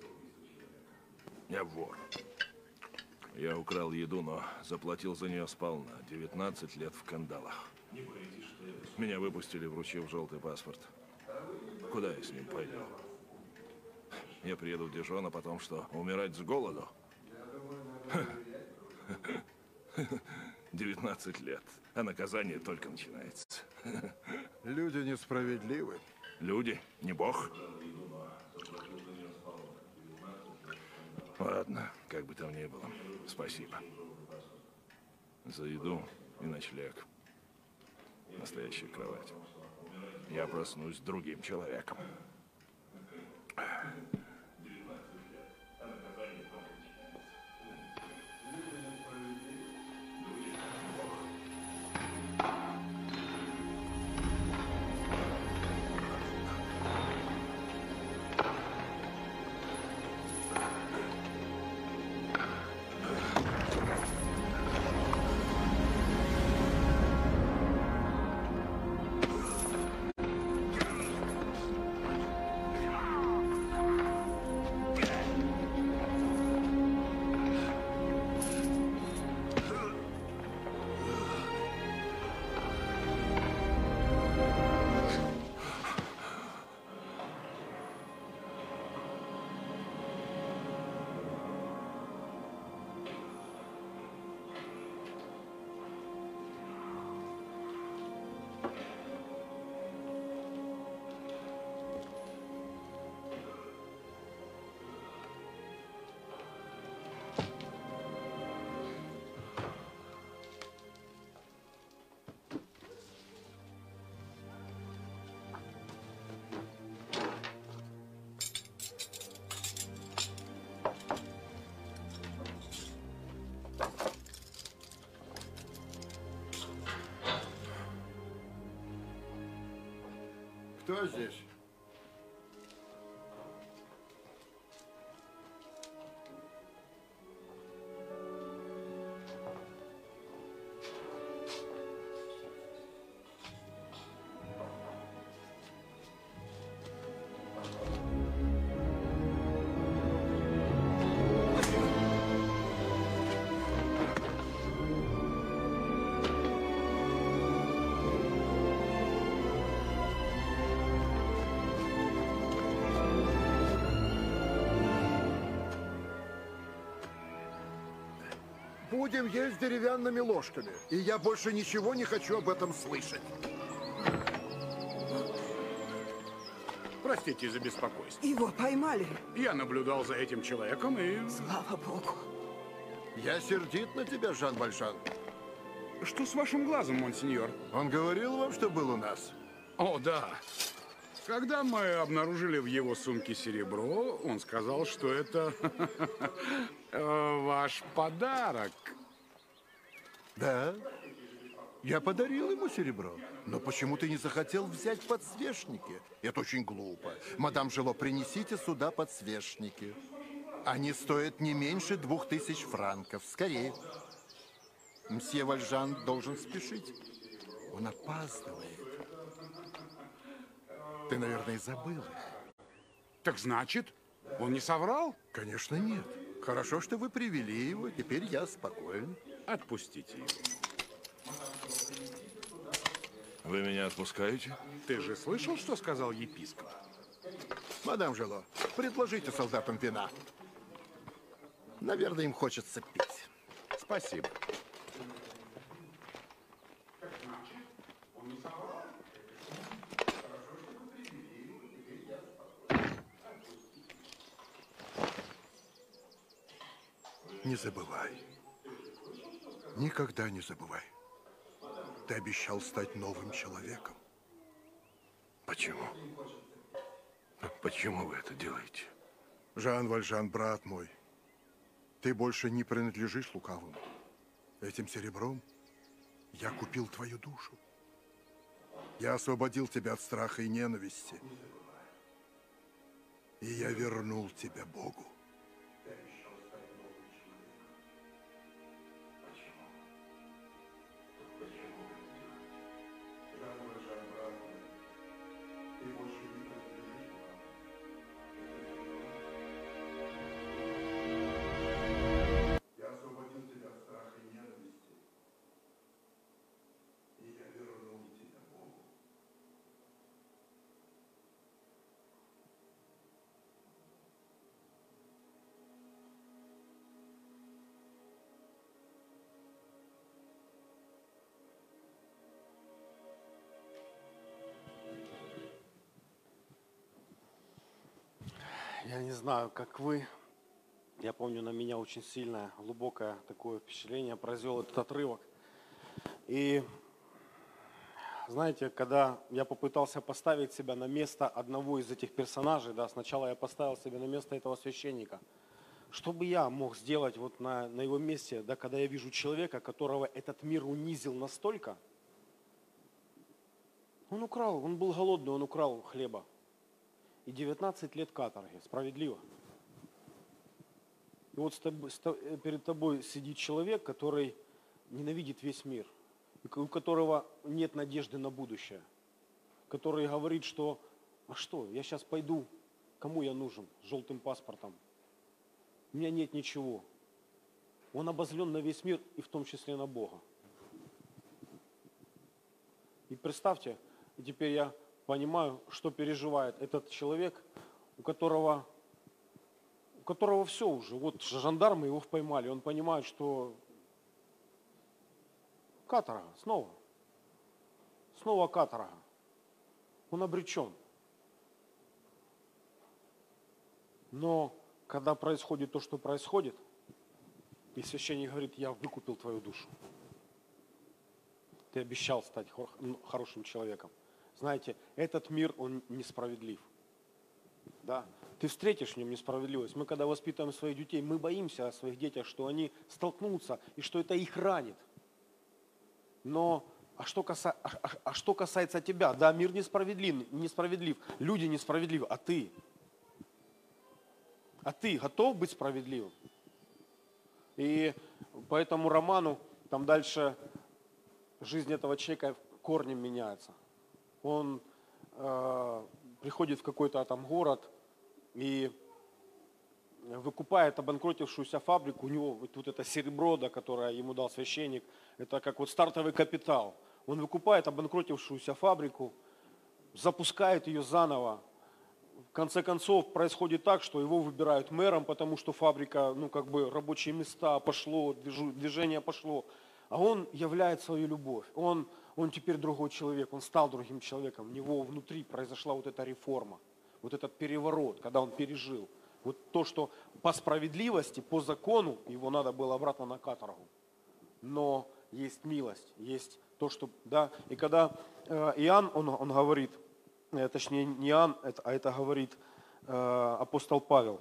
Я вор. Я украл еду, но заплатил за нее сполна. девятнадцать лет в кандалах. Меня выпустили, вручив желтый паспорт. Куда я с ним пойду? Я приеду в Дижон, а потом что, умирать с голоду? девятнадцать лет, а наказание только начинается. Люди несправедливы. Люди, не Бог. Ладно, как бы там ни было, спасибо. За еду и ночлег. Настоящая кровать. Я проснусь другим человеком. Кто здесь? Будем есть деревянными ложками. И я больше ничего не хочу об этом слышать. Простите за беспокойство. Его поймали. Я наблюдал за этим человеком и... Слава богу. Я сердит на тебя, Жан Вальжан. Что с вашим глазом, монсеньор? Он говорил вам, что был у нас? О, да. Когда мы обнаружили в его сумке серебро, он сказал, что это ваш подарок. Да. Я подарил ему серебро. Но почему ты не захотел взять подсвечники? Это очень глупо. Мадам Жило, принесите сюда подсвечники. Они стоят не меньше двух тысяч франков. Скорее. Мсье Вальжан должен спешить. Он опаздывает. Ты, наверное, забыл их. Так значит, он не соврал? Конечно, нет. Хорошо, что вы привели его. Теперь я спокоен. Отпустите его. Вы меня отпускаете? Ты же слышал, что сказал епископ? Мадам Жило, предложите солдатам вина. Наверное, им хочется пить. Спасибо. Не забывай. Никогда не забывай. Ты обещал стать новым человеком. Почему? Почему вы это делаете? Жан Вальжан, брат мой, ты больше не принадлежишь лукавому. Этим серебром я купил твою душу. Я освободил тебя от страха и ненависти. И я вернул тебя Богу. Я не знаю, как вы. Я помню, на меня очень сильное, глубокое такое впечатление произвел этот отрывок. И знаете, когда я попытался поставить себя на место одного из этих персонажей, да, сначала я поставил себя на место этого священника. Что бы я мог сделать вот на, на его месте, да, когда я вижу человека, которого этот мир унизил настолько? Он украл, он был голодный, он украл хлеба. И девятнадцать лет каторги. Справедливо. И вот с тобой, с, перед тобой сидит человек, который ненавидит весь мир, у которого нет надежды на будущее, который говорит, что а что, я сейчас пойду, кому я нужен, с желтым паспортом. У меня нет ничего. Он обозлен на весь мир и в том числе на Бога. И представьте, и теперь я понимаю, что переживает этот человек, у которого, у которого все уже. Вот жандармы его поймали, он понимает, что каторга, снова. Снова каторга. Он обречен. Но когда происходит то, что происходит, и священник говорит, я выкупил твою душу. Ты обещал стать хорошим человеком. Знаете, этот мир, он несправедлив. Да? Ты встретишь в нем несправедливость. Мы, когда воспитываем своих детей, мы боимся о своих детях, что они столкнутся, и что это их ранит. Но А что, каса... а, а- а что касается тебя? Да, мир несправедлив, несправедлив, люди несправедливы, а ты? А ты готов быть справедливым? И по этому роману там дальше жизнь этого человека корнем меняется. Он э, приходит в какой-то там город и выкупает обанкротившуюся фабрику. У него вот, вот это серебро, да, которое ему дал священник, это как вот стартовый капитал. Он выкупает обанкротившуюся фабрику, запускает ее заново. В конце концов происходит так, что его выбирают мэром, потому что фабрика, ну как бы рабочие места пошло, движу- движение пошло. А он являет свою любовь. Он, он теперь другой человек, он стал другим человеком. У него внутри произошла вот эта реформа, вот этот переворот, когда он пережил. Вот то, что по справедливости, по закону его надо было обратно на каторгу. Но есть милость, есть то, что, да, и когда э, Иоанн, он, он говорит, э, точнее не Иоанн, это, а это говорит э, апостол Павел,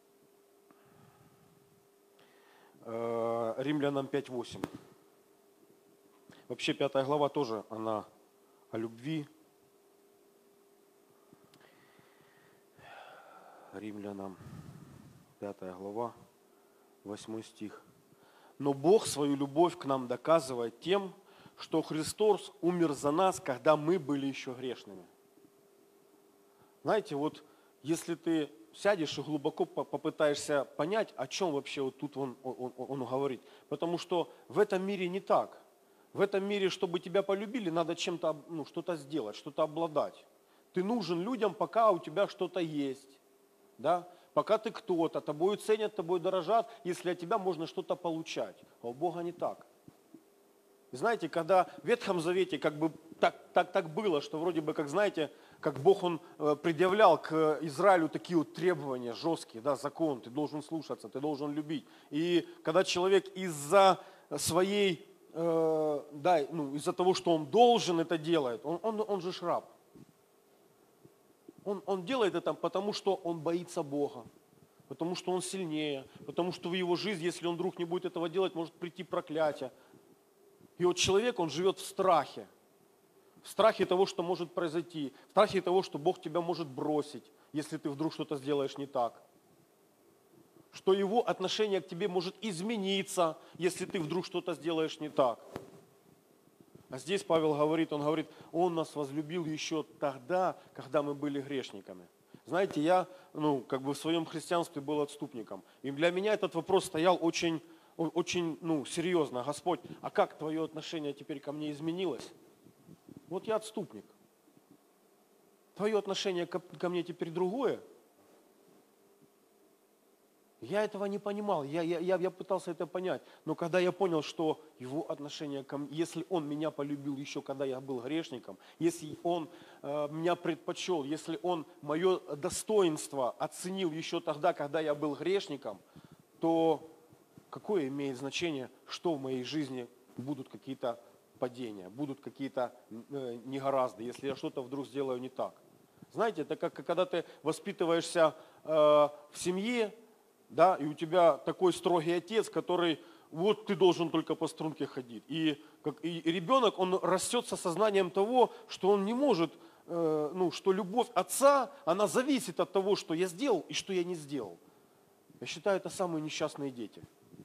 э, Римлянам пять восемь. Вообще пятая глава тоже, она о любви. Римлянам пятая глава, восьмой стих. Но Бог свою любовь к нам доказывает тем, что Христос умер за нас, когда мы были еще грешными. Знаете, вот если ты сядешь и глубоко попытаешься понять, о чем вообще вот тут он, он, он говорит. Потому что в этом мире не так. В этом мире, чтобы тебя полюбили, надо чем-то, ну, что-то сделать, что-то обладать. Ты нужен людям, пока у тебя что-то есть. Да? Пока ты кто-то, тобою ценят, тобой дорожат, если от тебя можно что-то получать. А у Бога не так. И знаете, когда в Ветхом Завете как бы так, так, так было, что вроде бы, как знаете, как Бог Он предъявлял к Израилю такие вот требования жесткие, да, закон, ты должен слушаться, ты должен любить. И когда человек из-за своей, э, да, ну, из-за того, что он должен это делает, он, он, он же ж раб. Он, он делает это потому, что он боится Бога, потому что он сильнее, потому что в его жизнь, если он вдруг не будет этого делать, может прийти проклятие. И вот человек, он живет в страхе, в страхе того, что может произойти, в страхе того, что Бог тебя может бросить, если ты вдруг что-то сделаешь не так. Что его отношение к тебе может измениться, если ты вдруг что-то сделаешь не так. А здесь Павел говорит, он говорит, он нас возлюбил еще тогда, когда мы были грешниками. Знаете, я, ну, как бы в своем христианстве был отступником. И для меня этот вопрос стоял очень, очень, ну, серьезно. Господь, а как твое отношение теперь ко мне изменилось? Вот я отступник. Твое отношение ко, ко мне теперь другое. Я этого не понимал, я, я, я, я пытался это понять. Но когда я понял, что его отношение ко мне, если он меня полюбил еще когда я был грешником, если он э, меня предпочел, если он мое достоинство оценил еще тогда, когда я был грешником, то какое имеет значение, что в моей жизни будут какие-то падения, будут какие-то э, негоразды, если я что-то вдруг сделаю не так. Знаете, это как когда ты воспитываешься э, в семье, да, и у тебя такой строгий отец, который, вот ты должен только по струнке ходить. И, как, и ребенок, он растет со сознанием того, что он не может, э, ну, что любовь отца, она зависит от того, что я сделал и что я не сделал. Я считаю, это самые несчастные дети.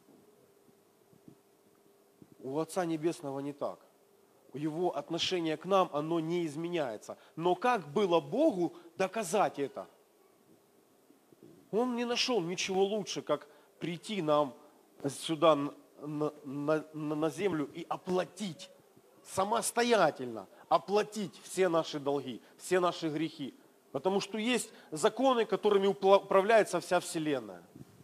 У Отца Небесного не так. Его отношение к нам, оно не изменяется. Но как было Богу доказать это? Он не нашел ничего лучше, как прийти нам сюда на, на, на, на землю и оплатить, самостоятельно оплатить все наши долги, все наши грехи. Потому что есть законы, которыми управляется вся вселенная.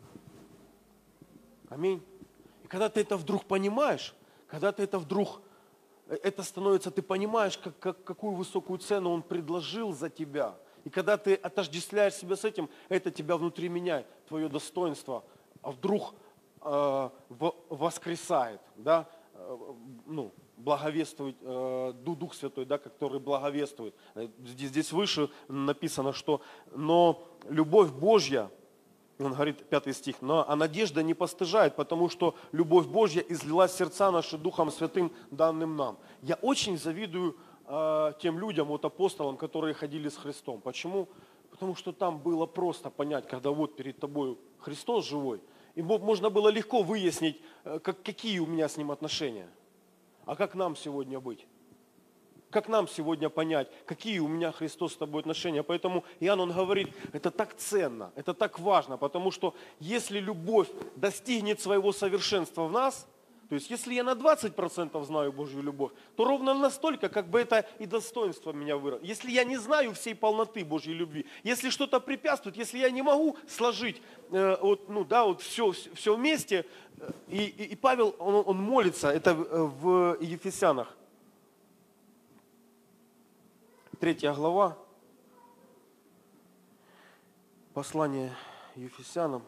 Аминь. И когда ты это вдруг понимаешь, когда ты это вдруг, это становится, ты понимаешь, как, как, какую высокую цену Он предложил за тебя. И когда ты отождествляешь себя с этим, это тебя внутри меняет, твое достоинство а вдруг э, воскресает, да, э, ну, благовествует, э, Дух Святой, да, который благовествует. Здесь, здесь выше написано, что но любовь Божья Он говорит, пятый стих, но а надежда не постыжает, потому что любовь Божья излилась в сердца наши Духом Святым, данным нам. Я очень завидую э, тем людям, вот апостолам, которые ходили с Христом. Почему? Потому что там было просто понять, когда вот перед тобой Христос живой, и можно было легко выяснить, э, как, какие у меня с Ним отношения. А как нам сегодня быть? Как нам сегодня понять, какие у меня Христос с тобой отношения? Поэтому Иоанн, он говорит, это так ценно, это так важно, потому что если любовь достигнет своего совершенства в нас, то есть если я на двадцать процентов знаю Божью любовь, то ровно настолько, как бы это и достоинство меня выросло. Если я не знаю всей полноты Божьей любви, если что-то препятствует, если я не могу сложить э, вот, ну, да, вот все, все вместе, и, и, и Павел, он, он молится, это в Ефесянах, Третья глава, послание Ефесянам,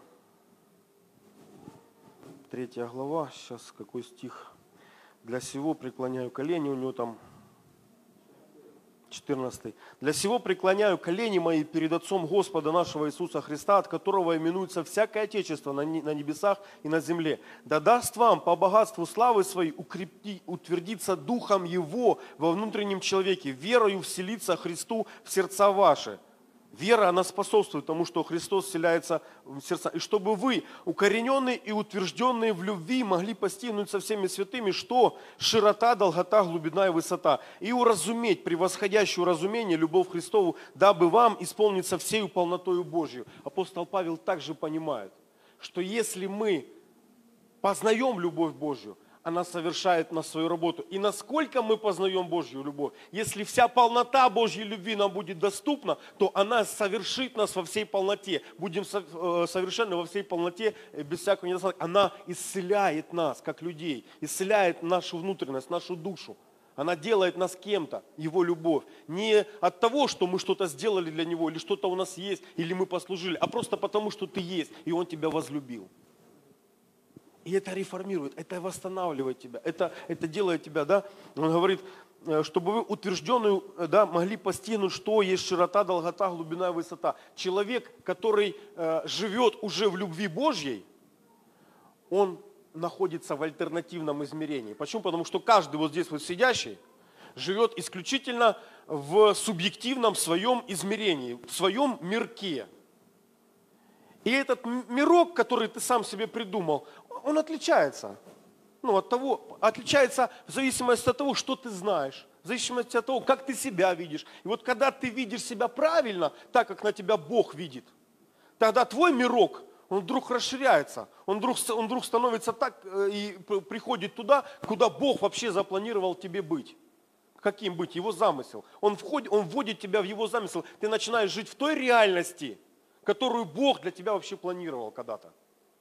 третья глава, сейчас какой стих, для сего преклоняю колени, у него там четырнадцатый. Для сего преклоняю колени мои перед Отцом Господа нашего Иисуса Христа, от которого именуется всякое Отечество на небесах и на земле. Да даст вам по богатству славы своей укрепи, утвердиться Духом Его во внутреннем человеке, верою вселиться Христу в сердца ваши. Вера, она способствует тому, что Христос вселяется в сердца. И чтобы вы, укорененные и утвержденные в любви, могли постигнуть со всеми святыми, что широта, долгота, глубина и высота. И уразуметь превосходящую разумение любовь Христову, дабы вам исполниться всею полнотою Божью. Апостол Павел также понимает, что если мы познаем любовь Божью, она совершает на свою работу. И насколько мы познаем Божью любовь, если вся полнота Божьей любви нам будет доступна, то она совершит нас во всей полноте. Будем совершенны во всей полноте, без всякого недостатка. Она исцеляет нас, как людей, исцеляет нашу внутренность, нашу душу. Она делает нас кем-то, Его любовь. Не от того, что мы что-то сделали для Него, или что-то у нас есть, или мы послужили, а просто потому, что ты есть, и Он тебя возлюбил. И это реформирует, это восстанавливает тебя, это, это делает тебя, да, он говорит, чтобы вы утвержденную, да, могли постигнуть, что есть широта, долгота, глубина и высота. Человек, который э, живет уже в любви Божьей, он находится в альтернативном измерении. Почему? Потому что каждый вот здесь вот сидящий живет исключительно в субъективном своем измерении, в своем мирке. И этот мирок, который ты сам себе придумал, он отличается. Ну, от того, отличается в зависимости от того, что ты знаешь, в зависимости от того, как ты себя видишь. И вот когда ты видишь себя правильно, так как на тебя Бог видит, тогда твой мирок, он вдруг расширяется, он вдруг, он вдруг становится так и приходит туда, куда Бог вообще запланировал тебе быть. Каким быть? Его замысел. Он, входит, он вводит тебя в его замысел. Ты начинаешь жить в той реальности, которую Бог для тебя вообще планировал когда-то.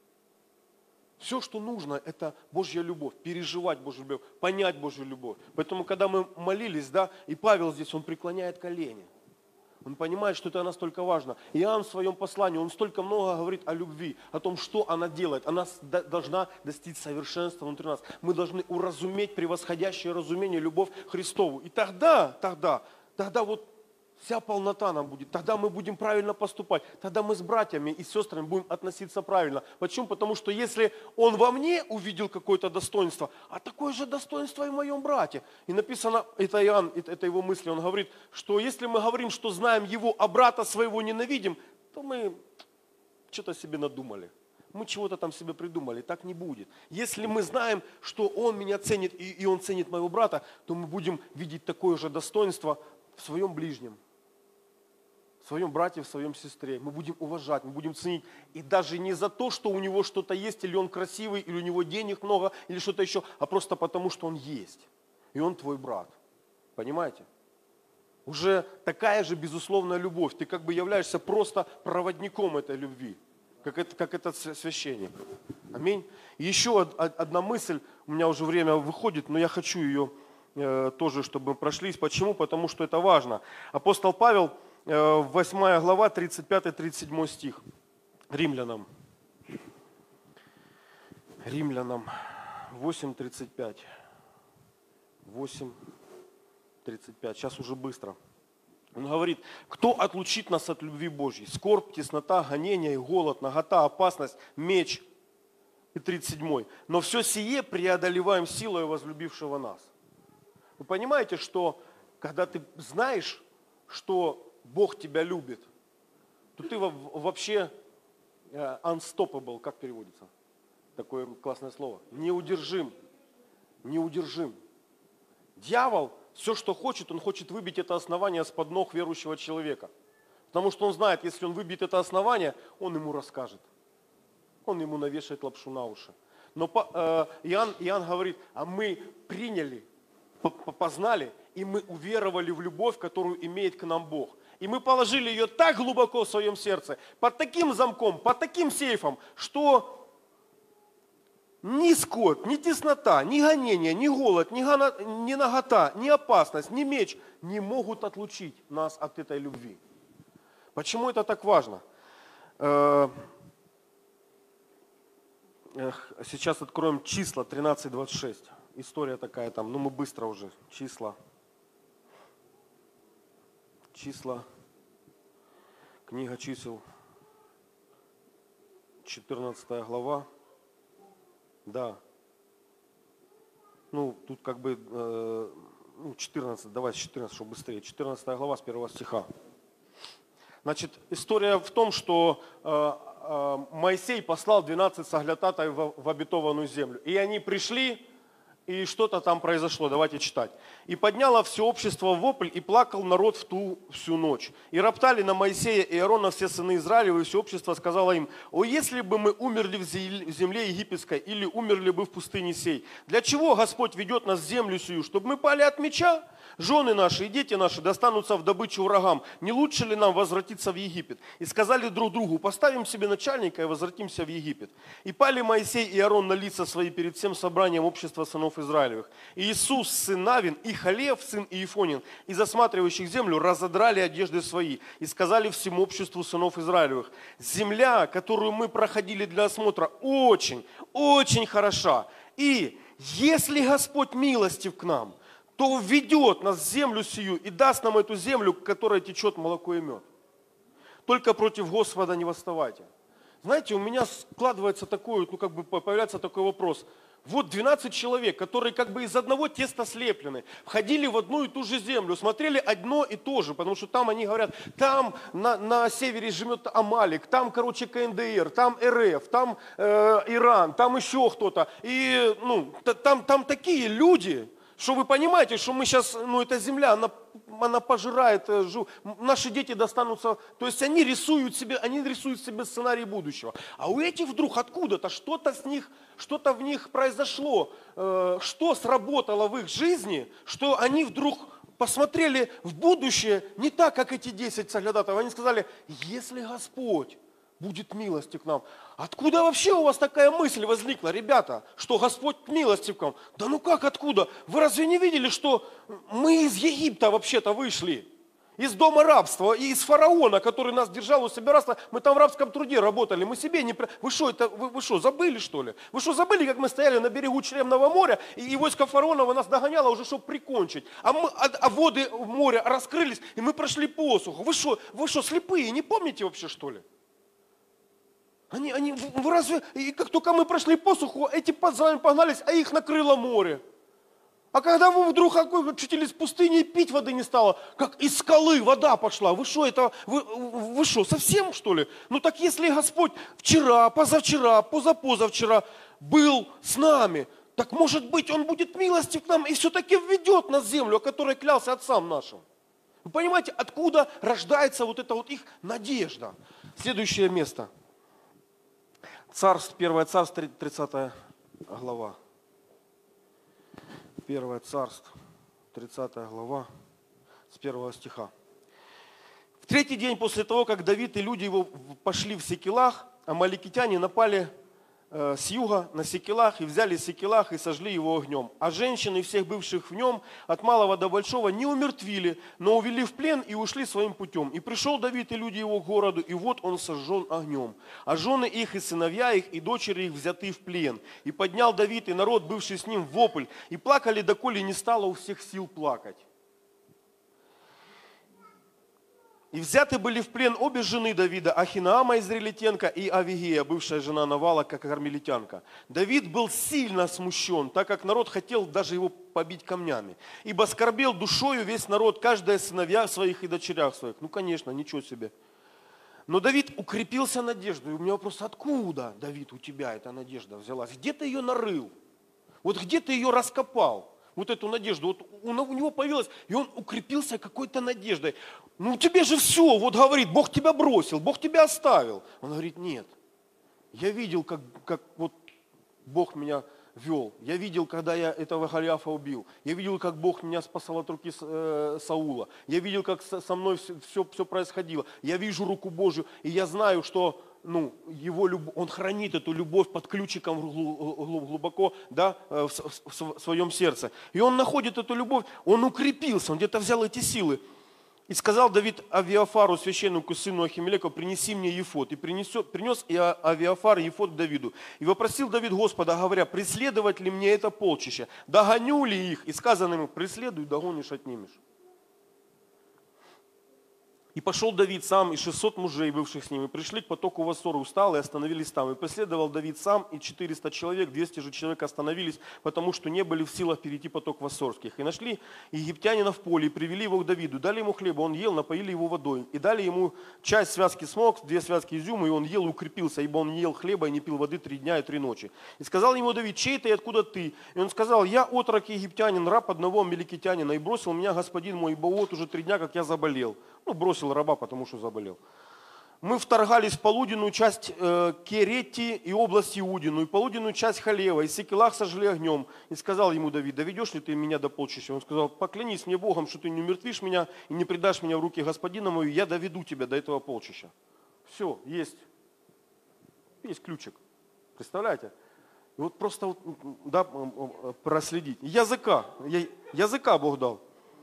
Все, что нужно, это Божья любовь, переживать Божью любовь, понять Божью любовь. Поэтому, когда мы молились, да, и Павел здесь, он преклоняет колени. Он понимает, что это настолько важно. Иоанн в своем послании, он столько много говорит о любви, о том, что она делает. Она должна достичь совершенства внутри нас. Мы должны уразуметь превосходящее разумение, любовь Христову. И тогда, тогда, тогда вот вся полнота нам будет. Тогда мы будем правильно поступать. Тогда мы с братьями и сестрами будем относиться правильно. Почему? Потому что если он во мне увидел какое-то достоинство, а такое же достоинство и в моем брате. И написано, это Иоанн, это его мысли, он говорит, что если мы говорим, что знаем его, а брата своего ненавидим, то мы что-то себе надумали. Мы чего-то там себе придумали. Так не будет. Если мы знаем, что он меня ценит и, и он ценит моего брата, то мы будем видеть такое же достоинство в своем ближнем. В своем брате, в своем сестре. Мы будем уважать, мы будем ценить. И даже не за то, что у него что-то есть, или он красивый, или у него денег много, или что-то еще, а просто потому, что он есть. И он твой брат. Понимаете? Уже такая же безусловная любовь. Ты как бы являешься просто проводником этой любви. Как, это, как этот священник. Аминь. И еще одна мысль, у меня уже время выходит, но я хочу ее э, тоже, чтобы мы прошлись. Почему? Потому что это важно. Апостол Павел, восьмая глава, тридцать пятый тридцать седьмой стих. Римлянам. Римлянам восемь тридцать пять. восемь тридцать пять. Сейчас уже быстро. Он говорит, кто отлучит нас от любви Божьей? Скорбь, теснота, гонение и голод, нагота, опасность, меч. И тридцать седьмой. Но все сие преодолеваем силой возлюбившего нас. Вы понимаете, что когда ты знаешь, что Бог тебя любит, то ты вообще unstoppable, как переводится? Такое классное слово. Неудержим. Неудержим. Дьявол, все, что хочет, он хочет выбить это основание с-под ног верующего человека. Потому что он знает, если он выбьет это основание, он ему расскажет. Он ему навешает лапшу на уши. Но Иоанн, Иоанн говорит, а мы приняли, познали, и мы уверовали в любовь, которую имеет к нам Бог. И мы положили ее так глубоко в своем сердце, под таким замком, под таким сейфом, что ни скот, ни теснота, ни гонение, ни голод, ни, гона, ни нагота, ни опасность, ни меч не могут отлучить нас от этой любви. Почему это так важно? Сейчас откроем числа тринадцать двадцать шесть. История такая там, ну мы быстро уже. Числа. Числа. Книга чисел. четырнадцатая глава. Да. Ну, тут как бы э, четырнадцать, давайте четырнадцать, чтобы быстрее. четырнадцатая глава с первого стиха. Значит, история в том, что э, э, Моисей послал двенадцать соглядатаев в, в обетованную землю. И они пришли, и что-то там произошло. Давайте читать. «И подняло все общество вопль, и плакал народ в ту всю ночь. И роптали на Моисея и Аарона все сыны Израилевы, и все общество сказало им, о, если бы мы умерли в земле египетской, или умерли бы в пустыне сей, для чего Господь ведет нас в землю сию, чтобы мы пали от меча? Жены наши и дети наши достанутся в добычу врагам. Не лучше ли нам возвратиться в Египет? И сказали друг другу, поставим себе начальника и возвратимся в Египет. И пали Моисей и Аарон на лица свои перед всем собранием общества сынов Израилевых. И Иисус, сын Навин, и Халев, сын Иефонин, из осматривающих землю разодрали одежды свои и сказали всему обществу сынов Израилевых, земля, которую мы проходили для осмотра, очень, очень хороша. И если Господь милостив к нам, то введет нас в землю сию и даст нам эту землю, которая течет молоко и мед. Только против Господа не восставайте. Знаете, у меня складывается такой, ну как бы появляется такой вопрос. Вот двенадцать человек, которые как бы из одного теста слеплены, входили в одну и ту же землю, смотрели одно и то же, потому что там они говорят, там на, на севере живет Амалик, там, короче, ка эн дэ эр, там эр эф, там э, Иран, там еще кто-то. И ну, там, там такие люди, что вы понимаете, что мы сейчас, ну эта земля, она, она пожирает, жу, наши дети достанутся, то есть они рисуют себе, они рисуют себе сценарий будущего. А у этих вдруг откуда-то что-то с них, что-то в них произошло, э, что сработало в их жизни, что они вдруг посмотрели в будущее не так, как эти десять соглядатаев. Они сказали, если Господь будет милостив к нам. Откуда вообще у вас такая мысль возникла, ребята, что Господь милостив к нам? Да ну как откуда? Вы разве не видели, что мы из Египта вообще-то вышли? Из дома рабства, и из фараона, который нас держал у себя рабства. Мы там в рабском труде работали, мы себе не... Вы что, это, вы, вы что, забыли что ли? Вы что, забыли, как мы стояли на берегу Чревного моря, и войско фараонова нас догоняло уже, чтобы прикончить. А, мы, а, а воды моря раскрылись, и мы прошли посуху. Вы что, вы что, слепые, не помните вообще что ли? Они, они, вы разве, и как только мы прошли посуху, эти за нами погнались, а их накрыло море. А когда вы вдруг очутились в пустыне и пить воды не стало, как из скалы вода пошла, вы что, это, вы, вы что, совсем что ли? Ну так если Господь вчера, позавчера, позапозавчера был с нами, так может быть Он будет милостив к нам и все-таки введет нас в землю, о которой клялся отцам нашим. Вы понимаете, откуда рождается вот эта вот их надежда? Следующее место. Царств, первое царство, тридцатая глава. Первое царство, тридцатая глава, с первого стиха. В третий день после того, как Давид и люди его пошли в Сикелах, амаликитяне напали э, с юга на Сикелах и взяли Сикелах и сожгли его огнем. А женщины всех бывших в нем, от малого до большого, не умертвили, но увели в плен и ушли своим путем. И пришел Давид и люди его к городу, и вот он сожжен огнем. А жены их и сыновья их, и дочери их взяты в плен. И поднял Давид и народ, бывший с ним, вопль, и плакали, доколе не стало у всех сил плакать. И взяты были в плен обе жены Давида, Ахинаама израильтянка и Авигея, бывшая жена Навала, как кармелитянка. Давид был сильно смущен, так как народ хотел даже его побить камнями. Ибо скорбел душою весь народ, каждая сыновья своих и дочерях своих. Ну, конечно, ничего себе. Но Давид укрепился надеждой. У меня вопрос, откуда, Давид, у тебя эта надежда взялась? Где ты ее нарыл? Вот где ты ее раскопал? Вот эту надежду. Вот у него появилась, и он укрепился какой-то надеждой. Ну тебе же все, вот говорит, Бог тебя бросил, Бог тебя оставил. Он говорит, нет. Я видел, как, как вот Бог меня вел. Я видел, когда я этого Голиафа убил. Я видел, как Бог меня спасал от руки э, Саула. Я видел, как со мной все, все, все происходило. Я вижу руку Божью, и я знаю, что ну, его любовь, он хранит эту любовь под ключиком глубоко, да, в, в, в своем сердце. И он находит эту любовь, он укрепился, он где-то взял эти силы. И сказал Давид Авиафару, священнику, сыну Ахимелека, принеси мне ефод. И принесет, принес и Авиафар ефод к Давиду. И вопросил Давид Господа, говоря, преследовать ли мне это полчище? Догоню ли их? И сказано ему, преследуй, догонишь, отнимешь. И пошел Давид сам, и шестьсот мужей, бывших с ним, и пришли к потоку Вассора, устал, и остановились там. И преследовал Давид сам, и четыреста человек, двести же человек остановились, потому что не были в силах перейти поток Вассорских. И нашли египтянина в поле, и привели его к Давиду, дали ему хлеба, он ел, напоили его водой. И дали ему часть связки смок, две связки изюма, и он ел и укрепился, ибо он не ел хлеба и не пил воды три дня и три ночи. И сказал ему Давид, чей ты и откуда ты? И он сказал, я отрок египтянин, раб одного амеликитянина, и бросил меня господин мой, ибо вот уже три дня, как я заболел. Ну, бросил раба, потому что заболел. Мы вторгались в полуденную часть э, Керети и область Иудину, и полуденную часть Халева, и Секелах сожгли огнем. И сказал ему Давид, доведешь ли ты меня до полчища? Он сказал, поклянись мне Богом, что ты не умертвишь меня и не предашь меня в руки господина моего, я доведу тебя до этого полчища. Все, есть. Есть ключик. Представляете? И вот просто вот, да, проследить. Языка. Языка Бог дал.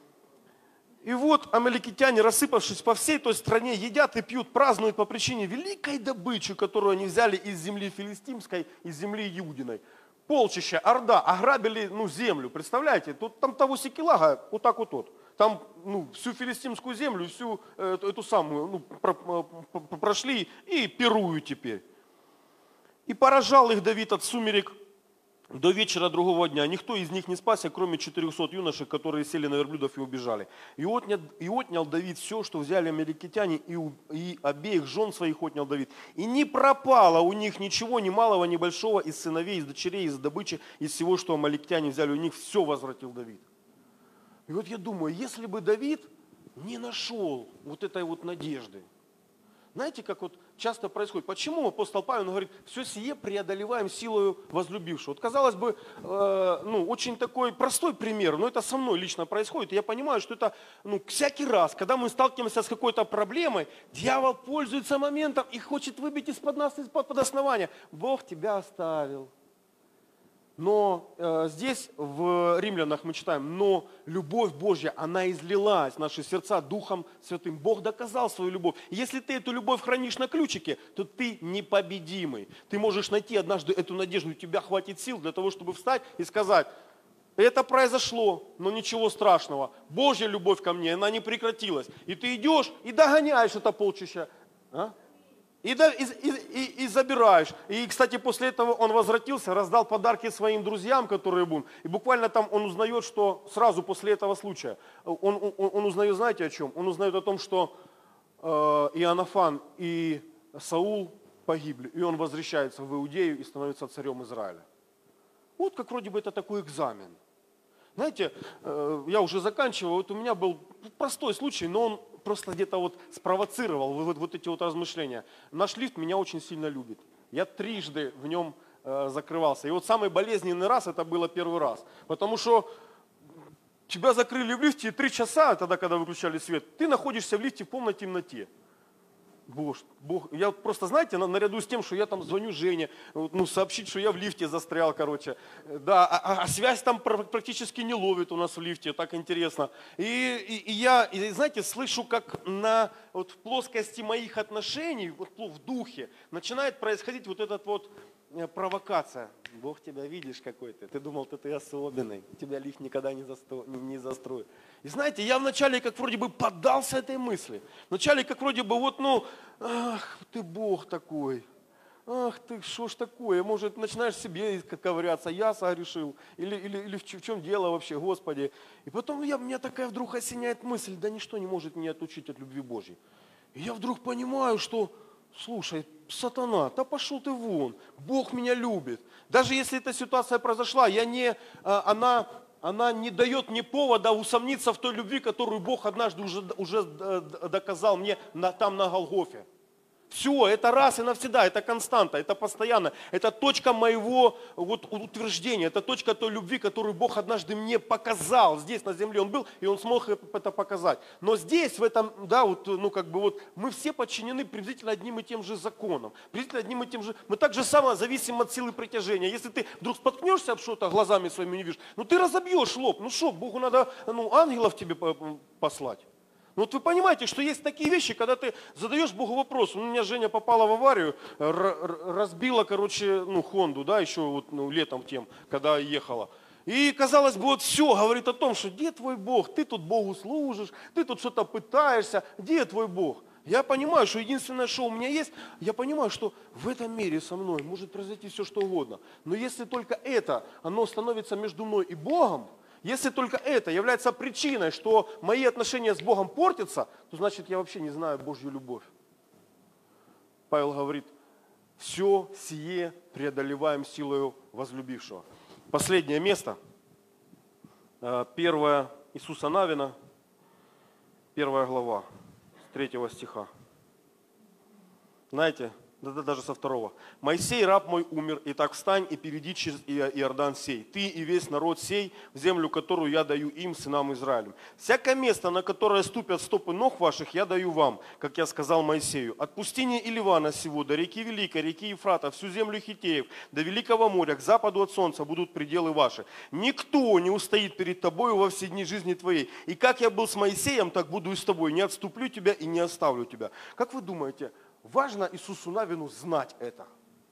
И вот амаликитяне, рассыпавшись по всей той стране, едят и пьют, празднуют по причине великой добычи, которую они взяли из земли филистимской, из земли Иудиной. Полчища, орда, ограбили ну, землю, представляете? Тут там того Секелага, вот так вот тот. Там ну, всю филистимскую землю, всю эту, эту самую ну, про, про, прошли и пируют теперь. И поражал их Давид от сумерек до вечера другого дня. Никто из них не спасся, кроме четырехсот юношей, которые сели на верблюдов и убежали. И отнял, и отнял Давид все, что взяли амаликитяне, и, и обеих жен своих отнял Давид. И не пропало у них ничего, ни малого, ни большого, из сыновей, из дочерей, из добычи, из всего, что амаликитяне взяли у них, все возвратил Давид. И вот я думаю, если бы Давид не нашел вот этой вот надежды, знаете, как вот часто происходит. Почему апостол Павел говорит, все сие преодолеваем силою возлюбившего. Вот казалось бы, э, ну, очень такой простой пример, но это со мной лично происходит. И я понимаю, что это ну, всякий раз, когда мы сталкиваемся с какой-то проблемой, дьявол пользуется моментом и хочет выбить из-под нас, из-под основания. Бог тебя оставил. Но э, здесь в Римлянах мы читаем, но любовь Божья, она излилась в наши сердца Духом Святым. Бог доказал свою любовь. И если ты эту любовь хранишь на ключике, то ты непобедимый. Ты можешь найти однажды эту надежду, у тебя хватит сил для того, чтобы встать и сказать, это произошло, но ничего страшного. Божья любовь ко мне, она не прекратилась. И ты идешь и догоняешь это полчища. А? И, и, и, и забираешь. И, кстати, после этого он возвратился, раздал подарки своим друзьям, которые будут. И буквально там он узнает, что сразу после этого случая, он, он, он узнает, знаете о чем? Он узнает о том, что э, Иоаннафан и Саул погибли. И он возвращается в Иудею и становится царем Израиля. Вот как вроде бы это такой экзамен. Знаете, э, я уже заканчиваю, вот у меня был простой случай, но он просто где-то вот спровоцировал вот, вот эти вот размышления. Наш лифт меня очень сильно любит. Я трижды в нем э, закрывался. И вот самый болезненный раз это было первый раз. Потому что тебя закрыли в лифте, и три часа, тогда, когда выключали свет, ты находишься в лифте в полной темноте. Бог, Бог, я просто, знаете, наряду с тем, что я там звоню Жене, ну, сообщить, что я в лифте застрял, короче. Да, а, а связь там практически не ловит у нас в лифте, так интересно. И, и, и я, и, знаете, слышу, как на вот, в плоскости моих отношений, вот в духе, начинает происходить вот этот вот э, провокация. Бог тебя видишь какой ты. Ты думал, ты, ты особенный. Тебя лифт никогда не, засто... не, не застроит. И знаете, я вначале как вроде бы поддался этой мысли. Вначале как вроде бы вот, ну, ах, ты Бог такой. Ах ты, что ж такое? Может, начинаешь себе ковыряться, я согрешил, или, или, или в чем дело вообще, Господи. И потом я, меня такая вдруг осеняет мысль, да ничто не может меня отучить от любви Божьей. И я вдруг понимаю, что, слушай, сатана, да пошел ты вон, Бог меня любит. Даже если эта ситуация произошла, я не, она, она не дает мне повода усомниться в той любви, которую Бог однажды уже, уже доказал мне на, там на Голгофе. Все, это раз и навсегда, это константа, это постоянно, это точка моего вот, утверждения, это точка той любви, которую Бог однажды мне показал. Здесь на земле Он был, и Он смог это показать. Но здесь, в этом, да, вот, ну как бы вот, мы все подчинены приблизительно одним и тем же законам, приблизительно одним и тем же, мы так же само зависим от силы притяжения. Если ты вдруг споткнешься об что-то, глазами своими не видишь, ну ты разобьешь лоб, ну что, Богу надо ну, ангелов тебе послать. Ну вот вы понимаете, что есть такие вещи, когда ты задаешь Богу вопрос. У меня Женя попала в аварию, разбила, короче, ну, Хонду, да, еще вот ну, летом тем, когда ехала. И, казалось бы, вот все говорит о том, что где твой Бог? Ты тут Богу служишь, ты тут что-то пытаешься, где твой Бог? Я понимаю, что единственное, что у меня есть, я понимаю, что в этом мире со мной может произойти все, что угодно. Но если только это, оно становится между мной и Богом, если только это является причиной, что мои отношения с Богом портятся, то значит я вообще не знаю Божью любовь. Павел говорит, все сие преодолеваем силою возлюбившего. Последнее место. Первое Иисуса Навина, первая глава, с третьего стиха. Знаете, да, даже со второго. «Моисей, раб мой, умер, и так встань и перейди через Иордан сей, ты и весь народ сей, в землю, которую я даю им, сынам Израилем. Всякое место, на которое ступят стопы ног ваших, я даю вам, как я сказал Моисею. От пустыни Иливана сего до реки Великой, реки Ефрата, всю землю Хиттеев, до Великого моря, к западу от солнца будут пределы ваши. Никто не устоит перед тобою во все дни жизни твоей. И как я был с Моисеем, так буду и с тобой. Не отступлю тебя и не оставлю тебя». Как вы думаете, важно Иисусу Навину знать это?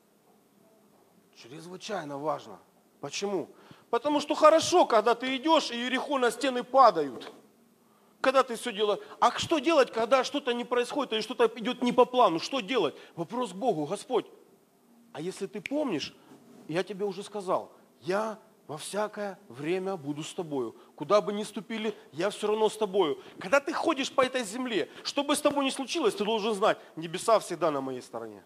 Чрезвычайно важно. Почему? Потому что хорошо, когда ты идешь, и Иерихона стены падают. Когда ты все делаешь. А что делать, когда что-то не происходит, или что-то идет не по плану? Что делать? Вопрос к Богу. Господь, а если ты помнишь, я тебе уже сказал, я во всякое время буду с тобою. Куда бы ни ступили, я все равно с тобою. Когда ты ходишь по этой земле, что бы с тобой ни случилось, ты должен знать, небеса всегда на моей стороне.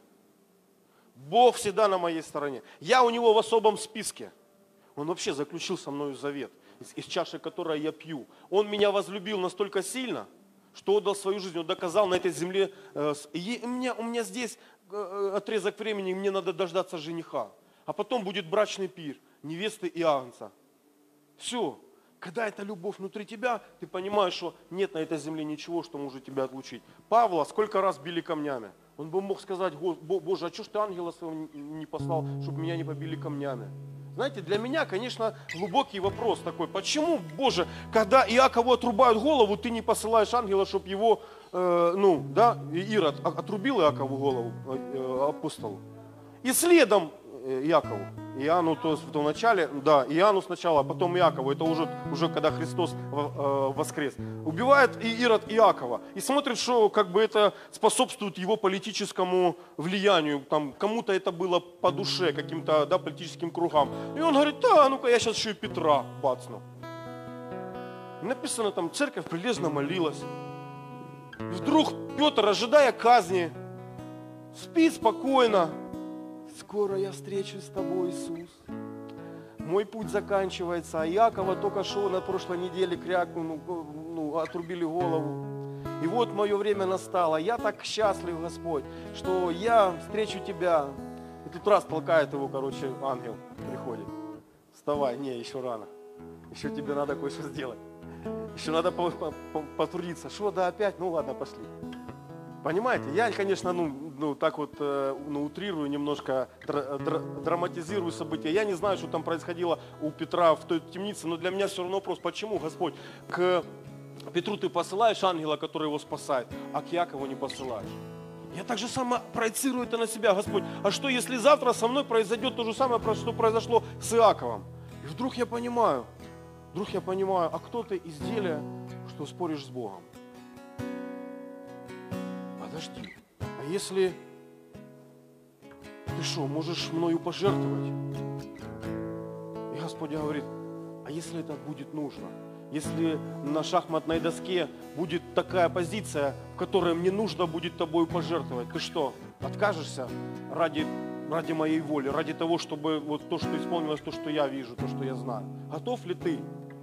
Бог всегда на моей стороне. Я у Него в особом списке. Он вообще заключил со мною завет, из, из чаши, которой я пью. Он меня возлюбил настолько сильно, что отдал свою жизнь, он доказал на этой земле. Э, и у, меня, у меня здесь э, отрезок времени, мне надо дождаться жениха. А потом будет брачный пир, невесты и агнца. Все. Когда эта любовь внутри тебя, ты понимаешь, что нет на этой земле ничего, что может тебя отлучить. Павла сколько раз били камнями. Он бы мог сказать: Боже, а что ж ты ангела своего не послал, чтобы меня не побили камнями? Знаете, для меня, конечно, глубокий вопрос такой. Почему, Боже, когда Иакову отрубают голову, ты не посылаешь ангела, чтобы его, э, ну, да, Ирод отрубил Иакову голову, э, апостолу. И следом Иакову. Иоанну, то есть в том начале, да, Иоанну сначала, а потом Иакову. Это уже, уже когда Христос воскрес. Убивает Ирод Иакова. И смотрит, что как бы это способствует его политическому влиянию. Там, кому-то это было по душе, каким-то, да, политическим кругам. И он говорит: да, ну-ка я сейчас еще и Петра бацну. Написано там, церковь прилежно молилась. И вдруг Петр, ожидая казни, спит спокойно. Скоро я встречусь с тобой, Иисус. Мой путь заканчивается, а Иакова только что на прошлой неделе крякнул, ну, ну, отрубили голову. И вот мое время настало. Я так счастлив, Господь, что я встречу тебя. И тут раз толкает его, короче, ангел приходит. Вставай, не, еще рано. Еще тебе надо кое-что сделать. Еще надо потрудиться. Что, да опять? Ну ладно, пошли. Понимаете, я, конечно, ну, ну так вот ну, утрирую немножко, дра- дра- драматизирую события. Я не знаю, что там происходило у Петра в той темнице, но для меня все равно вопрос, почему, Господь, к Петру ты посылаешь ангела, который его спасает, а к Якову не посылаешь? Я так же само проецирую это на себя, Господь. А что, если завтра со мной произойдет то же самое, что произошло с Иаковом? И вдруг я понимаю, вдруг я понимаю, а кто ты изделие, что споришь с Богом? Подожди, а если ты что, можешь мною пожертвовать? И Господь говорит, а если это будет нужно? Если на шахматной доске будет такая позиция, в которой мне нужно будет тобою пожертвовать, ты что, откажешься ради, ради моей воли, ради того, чтобы вот то, что исполнилось, то, что я вижу, то, что я знаю? Готов ли ты?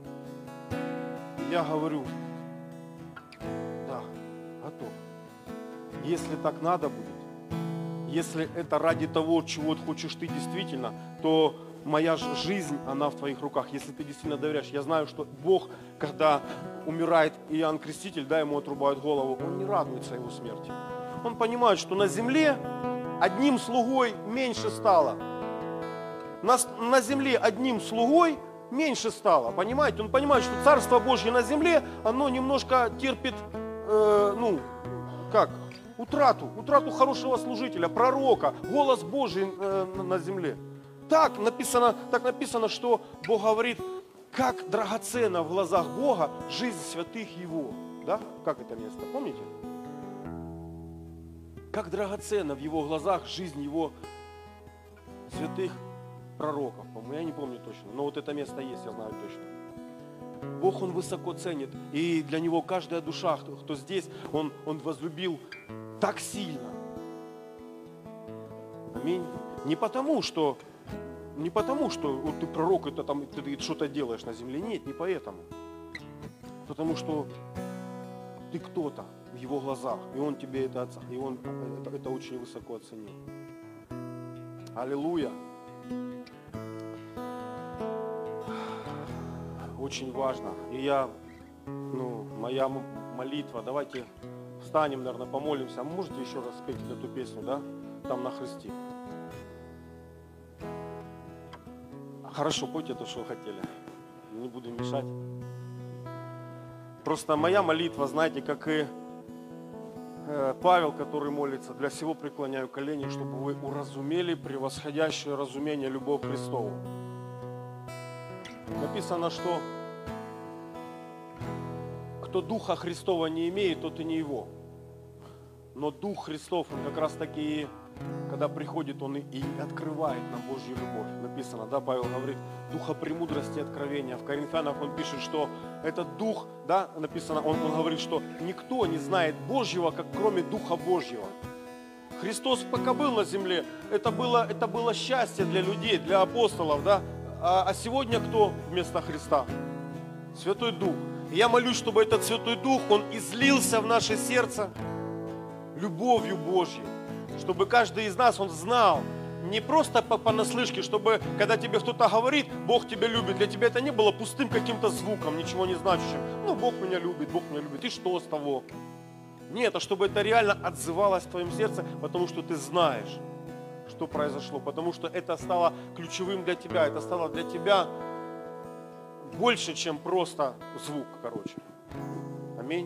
Я говорю, да, готов. Если так надо будет, если это ради того, чего хочешь ты действительно, то моя жизнь, она в твоих руках, если ты действительно доверяешь. Я знаю, что Бог, когда умирает Иоанн Креститель, да, ему отрубают голову, он не радуется его смерти. Он понимает, что на земле одним слугой меньше стало. На, на земле одним слугой меньше стало, понимаете? Он понимает, что Царство Божье на земле, оно немножко терпит, э, ну, как, утрату, утрату хорошего служителя, пророка, голос Божий э, на земле. Так написано, так написано, что Бог говорит, как драгоценна в глазах Бога жизнь святых Его. Да? Как это место, помните? Как драгоценна в Его глазах жизнь Его святых пророков. По-моему, я не помню точно, но вот это место есть, я знаю точно. Бог, Он высоко ценит, и для Него каждая душа, кто, кто здесь, Он, Он возлюбил так сильно. Аминь. Не потому, что Не потому, что вот ты пророк, это там ты что-то делаешь на земле. Нет, не поэтому. Потому что ты кто-то в его глазах, и он тебе это, и он это, это очень высоко оценил. Аллилуйя. Очень важно. И я, ну, моя молитва, давайте встанем, наверное, помолимся. А можете еще раз спеть эту песню, да? Там на Христе. Хорошо, пойте то, что вы хотели. Не буду мешать. Просто моя молитва, знаете, как и э, Павел, который молится, для всего преклоняю колени, чтобы вы уразумели превосходящее разумение любовь Христову. Написано, что кто Духа Христова не имеет, тот и не его. Но Дух Христов, он как раз таки, когда приходит, он и, и открывает нам Божью любовь. Написано, да, Павел говорит, духа премудрости и откровения. В Коринфянах он пишет, что этот дух, да, написано, он, он говорит, что никто не знает Божьего, как кроме Духа Божьего. Христос пока был на земле, это было, это было счастье для людей, для апостолов, да. А, а сегодня кто вместо Христа? Святой Дух. И я молюсь, чтобы этот Святой Дух, он излился в наше сердце любовью Божьей. Чтобы каждый из нас, он знал, не просто по понаслышке, чтобы, когда тебе кто-то говорит, Бог тебя любит, для тебя это не было пустым каким-то звуком, ничего не значащим. Ну, Бог меня любит, Бог меня любит, и что с того? Нет, а чтобы это реально отзывалось в твоем сердце, потому что ты знаешь, что произошло, потому что это стало ключевым для тебя, это стало для тебя больше, чем просто звук, короче. Аминь.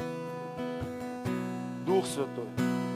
Дух Святой.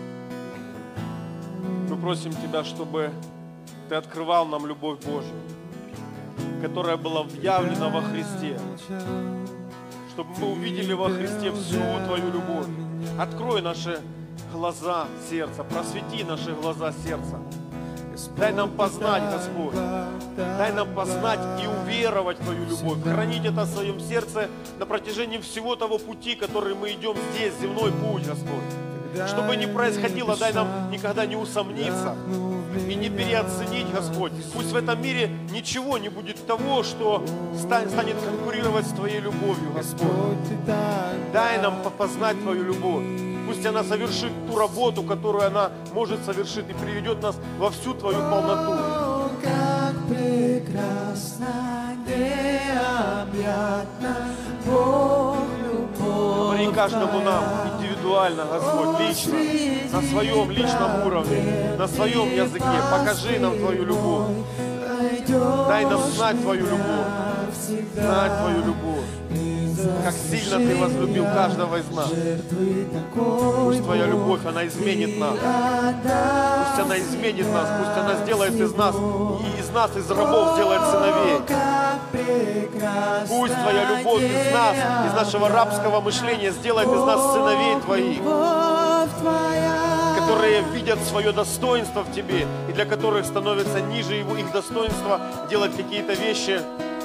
Мы просим Тебя, чтобы Ты открывал нам любовь Божью, которая была явлена во Христе. Чтобы мы увидели во Христе всю Твою любовь. Открой наши глаза сердца, просвети наши глаза сердца. Дай нам познать, Господь. Дай нам познать и уверовать в Твою любовь. Хранить это в своем сердце на протяжении всего того пути, который мы идем здесь, земной путь, Господь. Чтобы не происходило, дай нам никогда не усомниться и не переоценить, Господь. Пусть в этом мире ничего не будет того, что станет конкурировать с Твоей любовью, Господь. Дай нам познать Твою любовь. Пусть она совершит ту работу, которую она может совершить, и приведет нас во всю Твою полноту. О, как прекрасна, необъятна Бог любовь. Говори каждому нам индивидуально, Господь, лично, на своем личном уровне, на своем языке. Покажи нам Твою любовь. Дай нам знать Твою любовь. Знать Твою любовь. как сильно Ты возлюбил каждого из нас. Пусть Твоя любовь, она изменит нас. Пусть она изменит нас, пусть она сделает из нас, и из нас, из рабов сделает сыновей. Пусть Твоя любовь из нас, из нашего рабского мышления сделает из нас сыновей Твоих, которые видят свое достоинство в Тебе, и для которых становится ниже его, их достоинства делать какие-то вещи,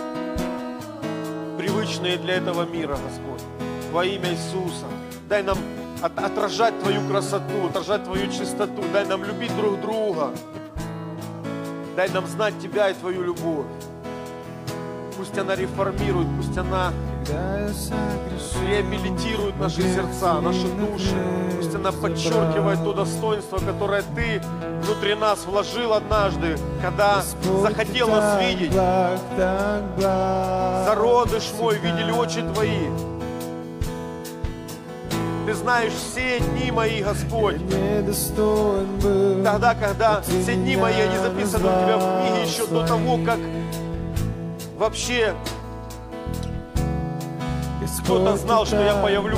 привычные для этого мира, Господь. Во имя Иисуса. Дай нам от, отражать Твою красоту, отражать Твою чистоту. Дай нам любить друг друга. Дай нам знать Тебя и Твою любовь. Пусть она реформирует, пусть она реабилитирует наши сердца, наши души. Пусть она подчеркивает то достоинство, которое Ты внутри нас вложил однажды, когда захотел нас видеть. Зародыш мой, видели очи Твои. Ты знаешь все дни мои, Господь. Тогда, когда все дни мои, они записаны у Тебя в книге еще до того, как вообще кто-то знал, что я появлюсь.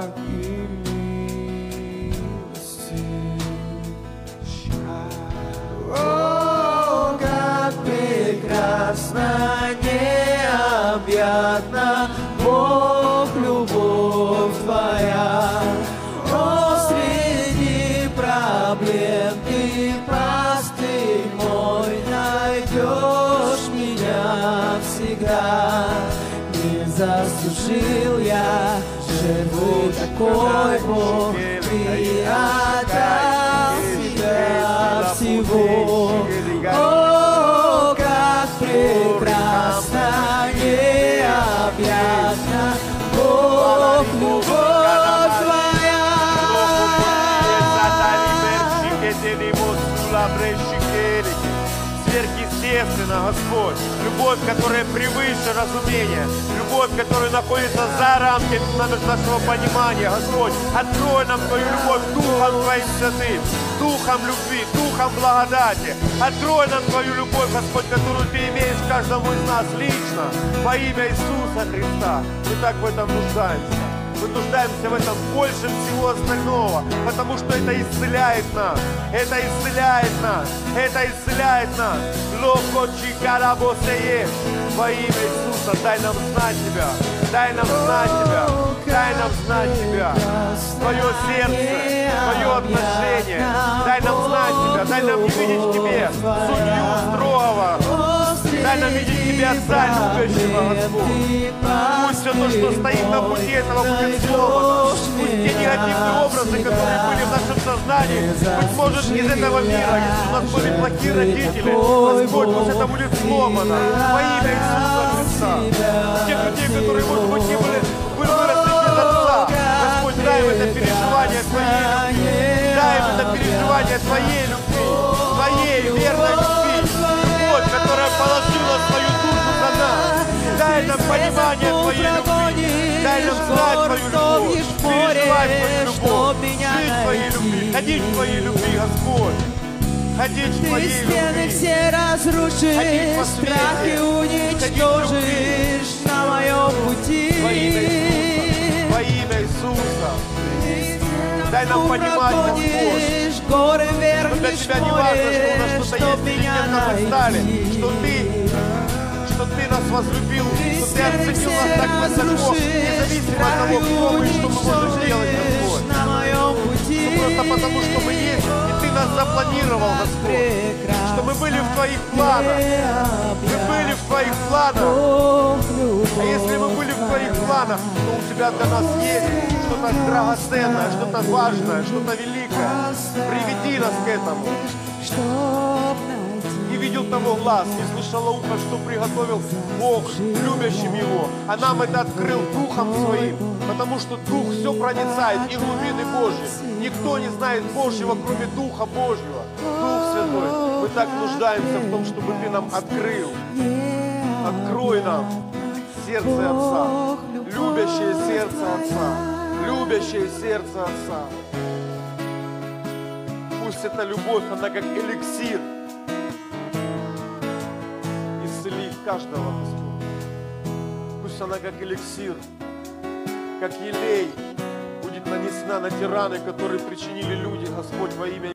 О, как прекрасно, необъятно, Бог, любовь Твоя. О, среди проблем Ты простый мой, найдешь меня всегда. Не заслужил я жертвы такой, Бог, Ты отдал себя всего. О, как прекрасно, необъятно, Бог, любовь Твоя. Сверхъестественно, Господь, любовь, которая превыше разумения, любовь, которая находится за рамками нашего понимания, Господь, открой нам Твою любовь Духом Твоим Святым, Духом любви, Духом благодати, открой нам Твою любовь, Господь, которую Ты имеешь каждому из нас лично, во имя Иисуса Христа. Мы так в этом нуждаемся. Мы нуждаемся в этом больше всего остального, потому что это исцеляет нас, это исцеляет нас, это исцеляет нас. Во имя Иисуса дай нам знать Тебя, дай нам знать Тебя, дай нам знать Тебя, Твое сердце, Твое отношение, дай нам знать Тебя, дай нам не видеть в Тебе судью строгого, дай нам видеть Тебя Отца любящего, Господь. Пусть все то, что стоит на пути этого, будет сломано. Пусть те негативные образы, которые были в нашем сознании, быть может, из этого мира, если у нас были плохие родители, Господь, пусть это будет сломано во имя Иисуса Христа. Тех людей, которые, может быть, не были, были выросли без Отца, Господь, дай им это переживание Твоей любви, дай им это переживание Твоей любви, Твоей верной любви, Господь, которая положила свою душу за нас. Дай нам понимание Твоей любви, дай нам знать Твою любовь, переживать Твою любовь, жить в Твоей любви, ходить в Твоей любви, Господь. Ходить в Твоей Ты стены любви, все разрушишь, страхи уничтожишь на моем пути. во имя Иисуса, во имя Иисуса. Дай нам понимать, Господь, горы что для вернешь Тебя не важно, что у нас море, что-то чтоб есть или меня нет, мы стали, найти. что Ты, что Ты нас возлюбил, что Ты оценил нас так высоко, независимо от того, кто мы и что мы можем сделать, Господь. На моем пути. Просто потому, что мы есть, и Ты нас запланировал, Господь, что мы были в Твоих планах, мы были в Твоих планах. А если мы были в Твоих планах, то у Тебя для нас есть что-то драгоценное, что-то важное, что-то великое. Приведи нас к этому. Не видел того глаз, не слышало ухо, что приготовил Бог любящим Его. А нам это открыл Духом Своим, потому что Дух все проницает и глубины Божьи. Никто не знает Божьего, кроме Духа Божьего. Дух Святой, мы так нуждаемся в том, чтобы Ты нам открыл. Открой нам сердце Отца, любящее сердце Отца, любящее сердце Отца. Пусть эта любовь, она как эликсир, исцелит каждого, Господь. Пусть она как эликсир как елей будет нанесена на те раны, которые причинили люди, Господь, во имя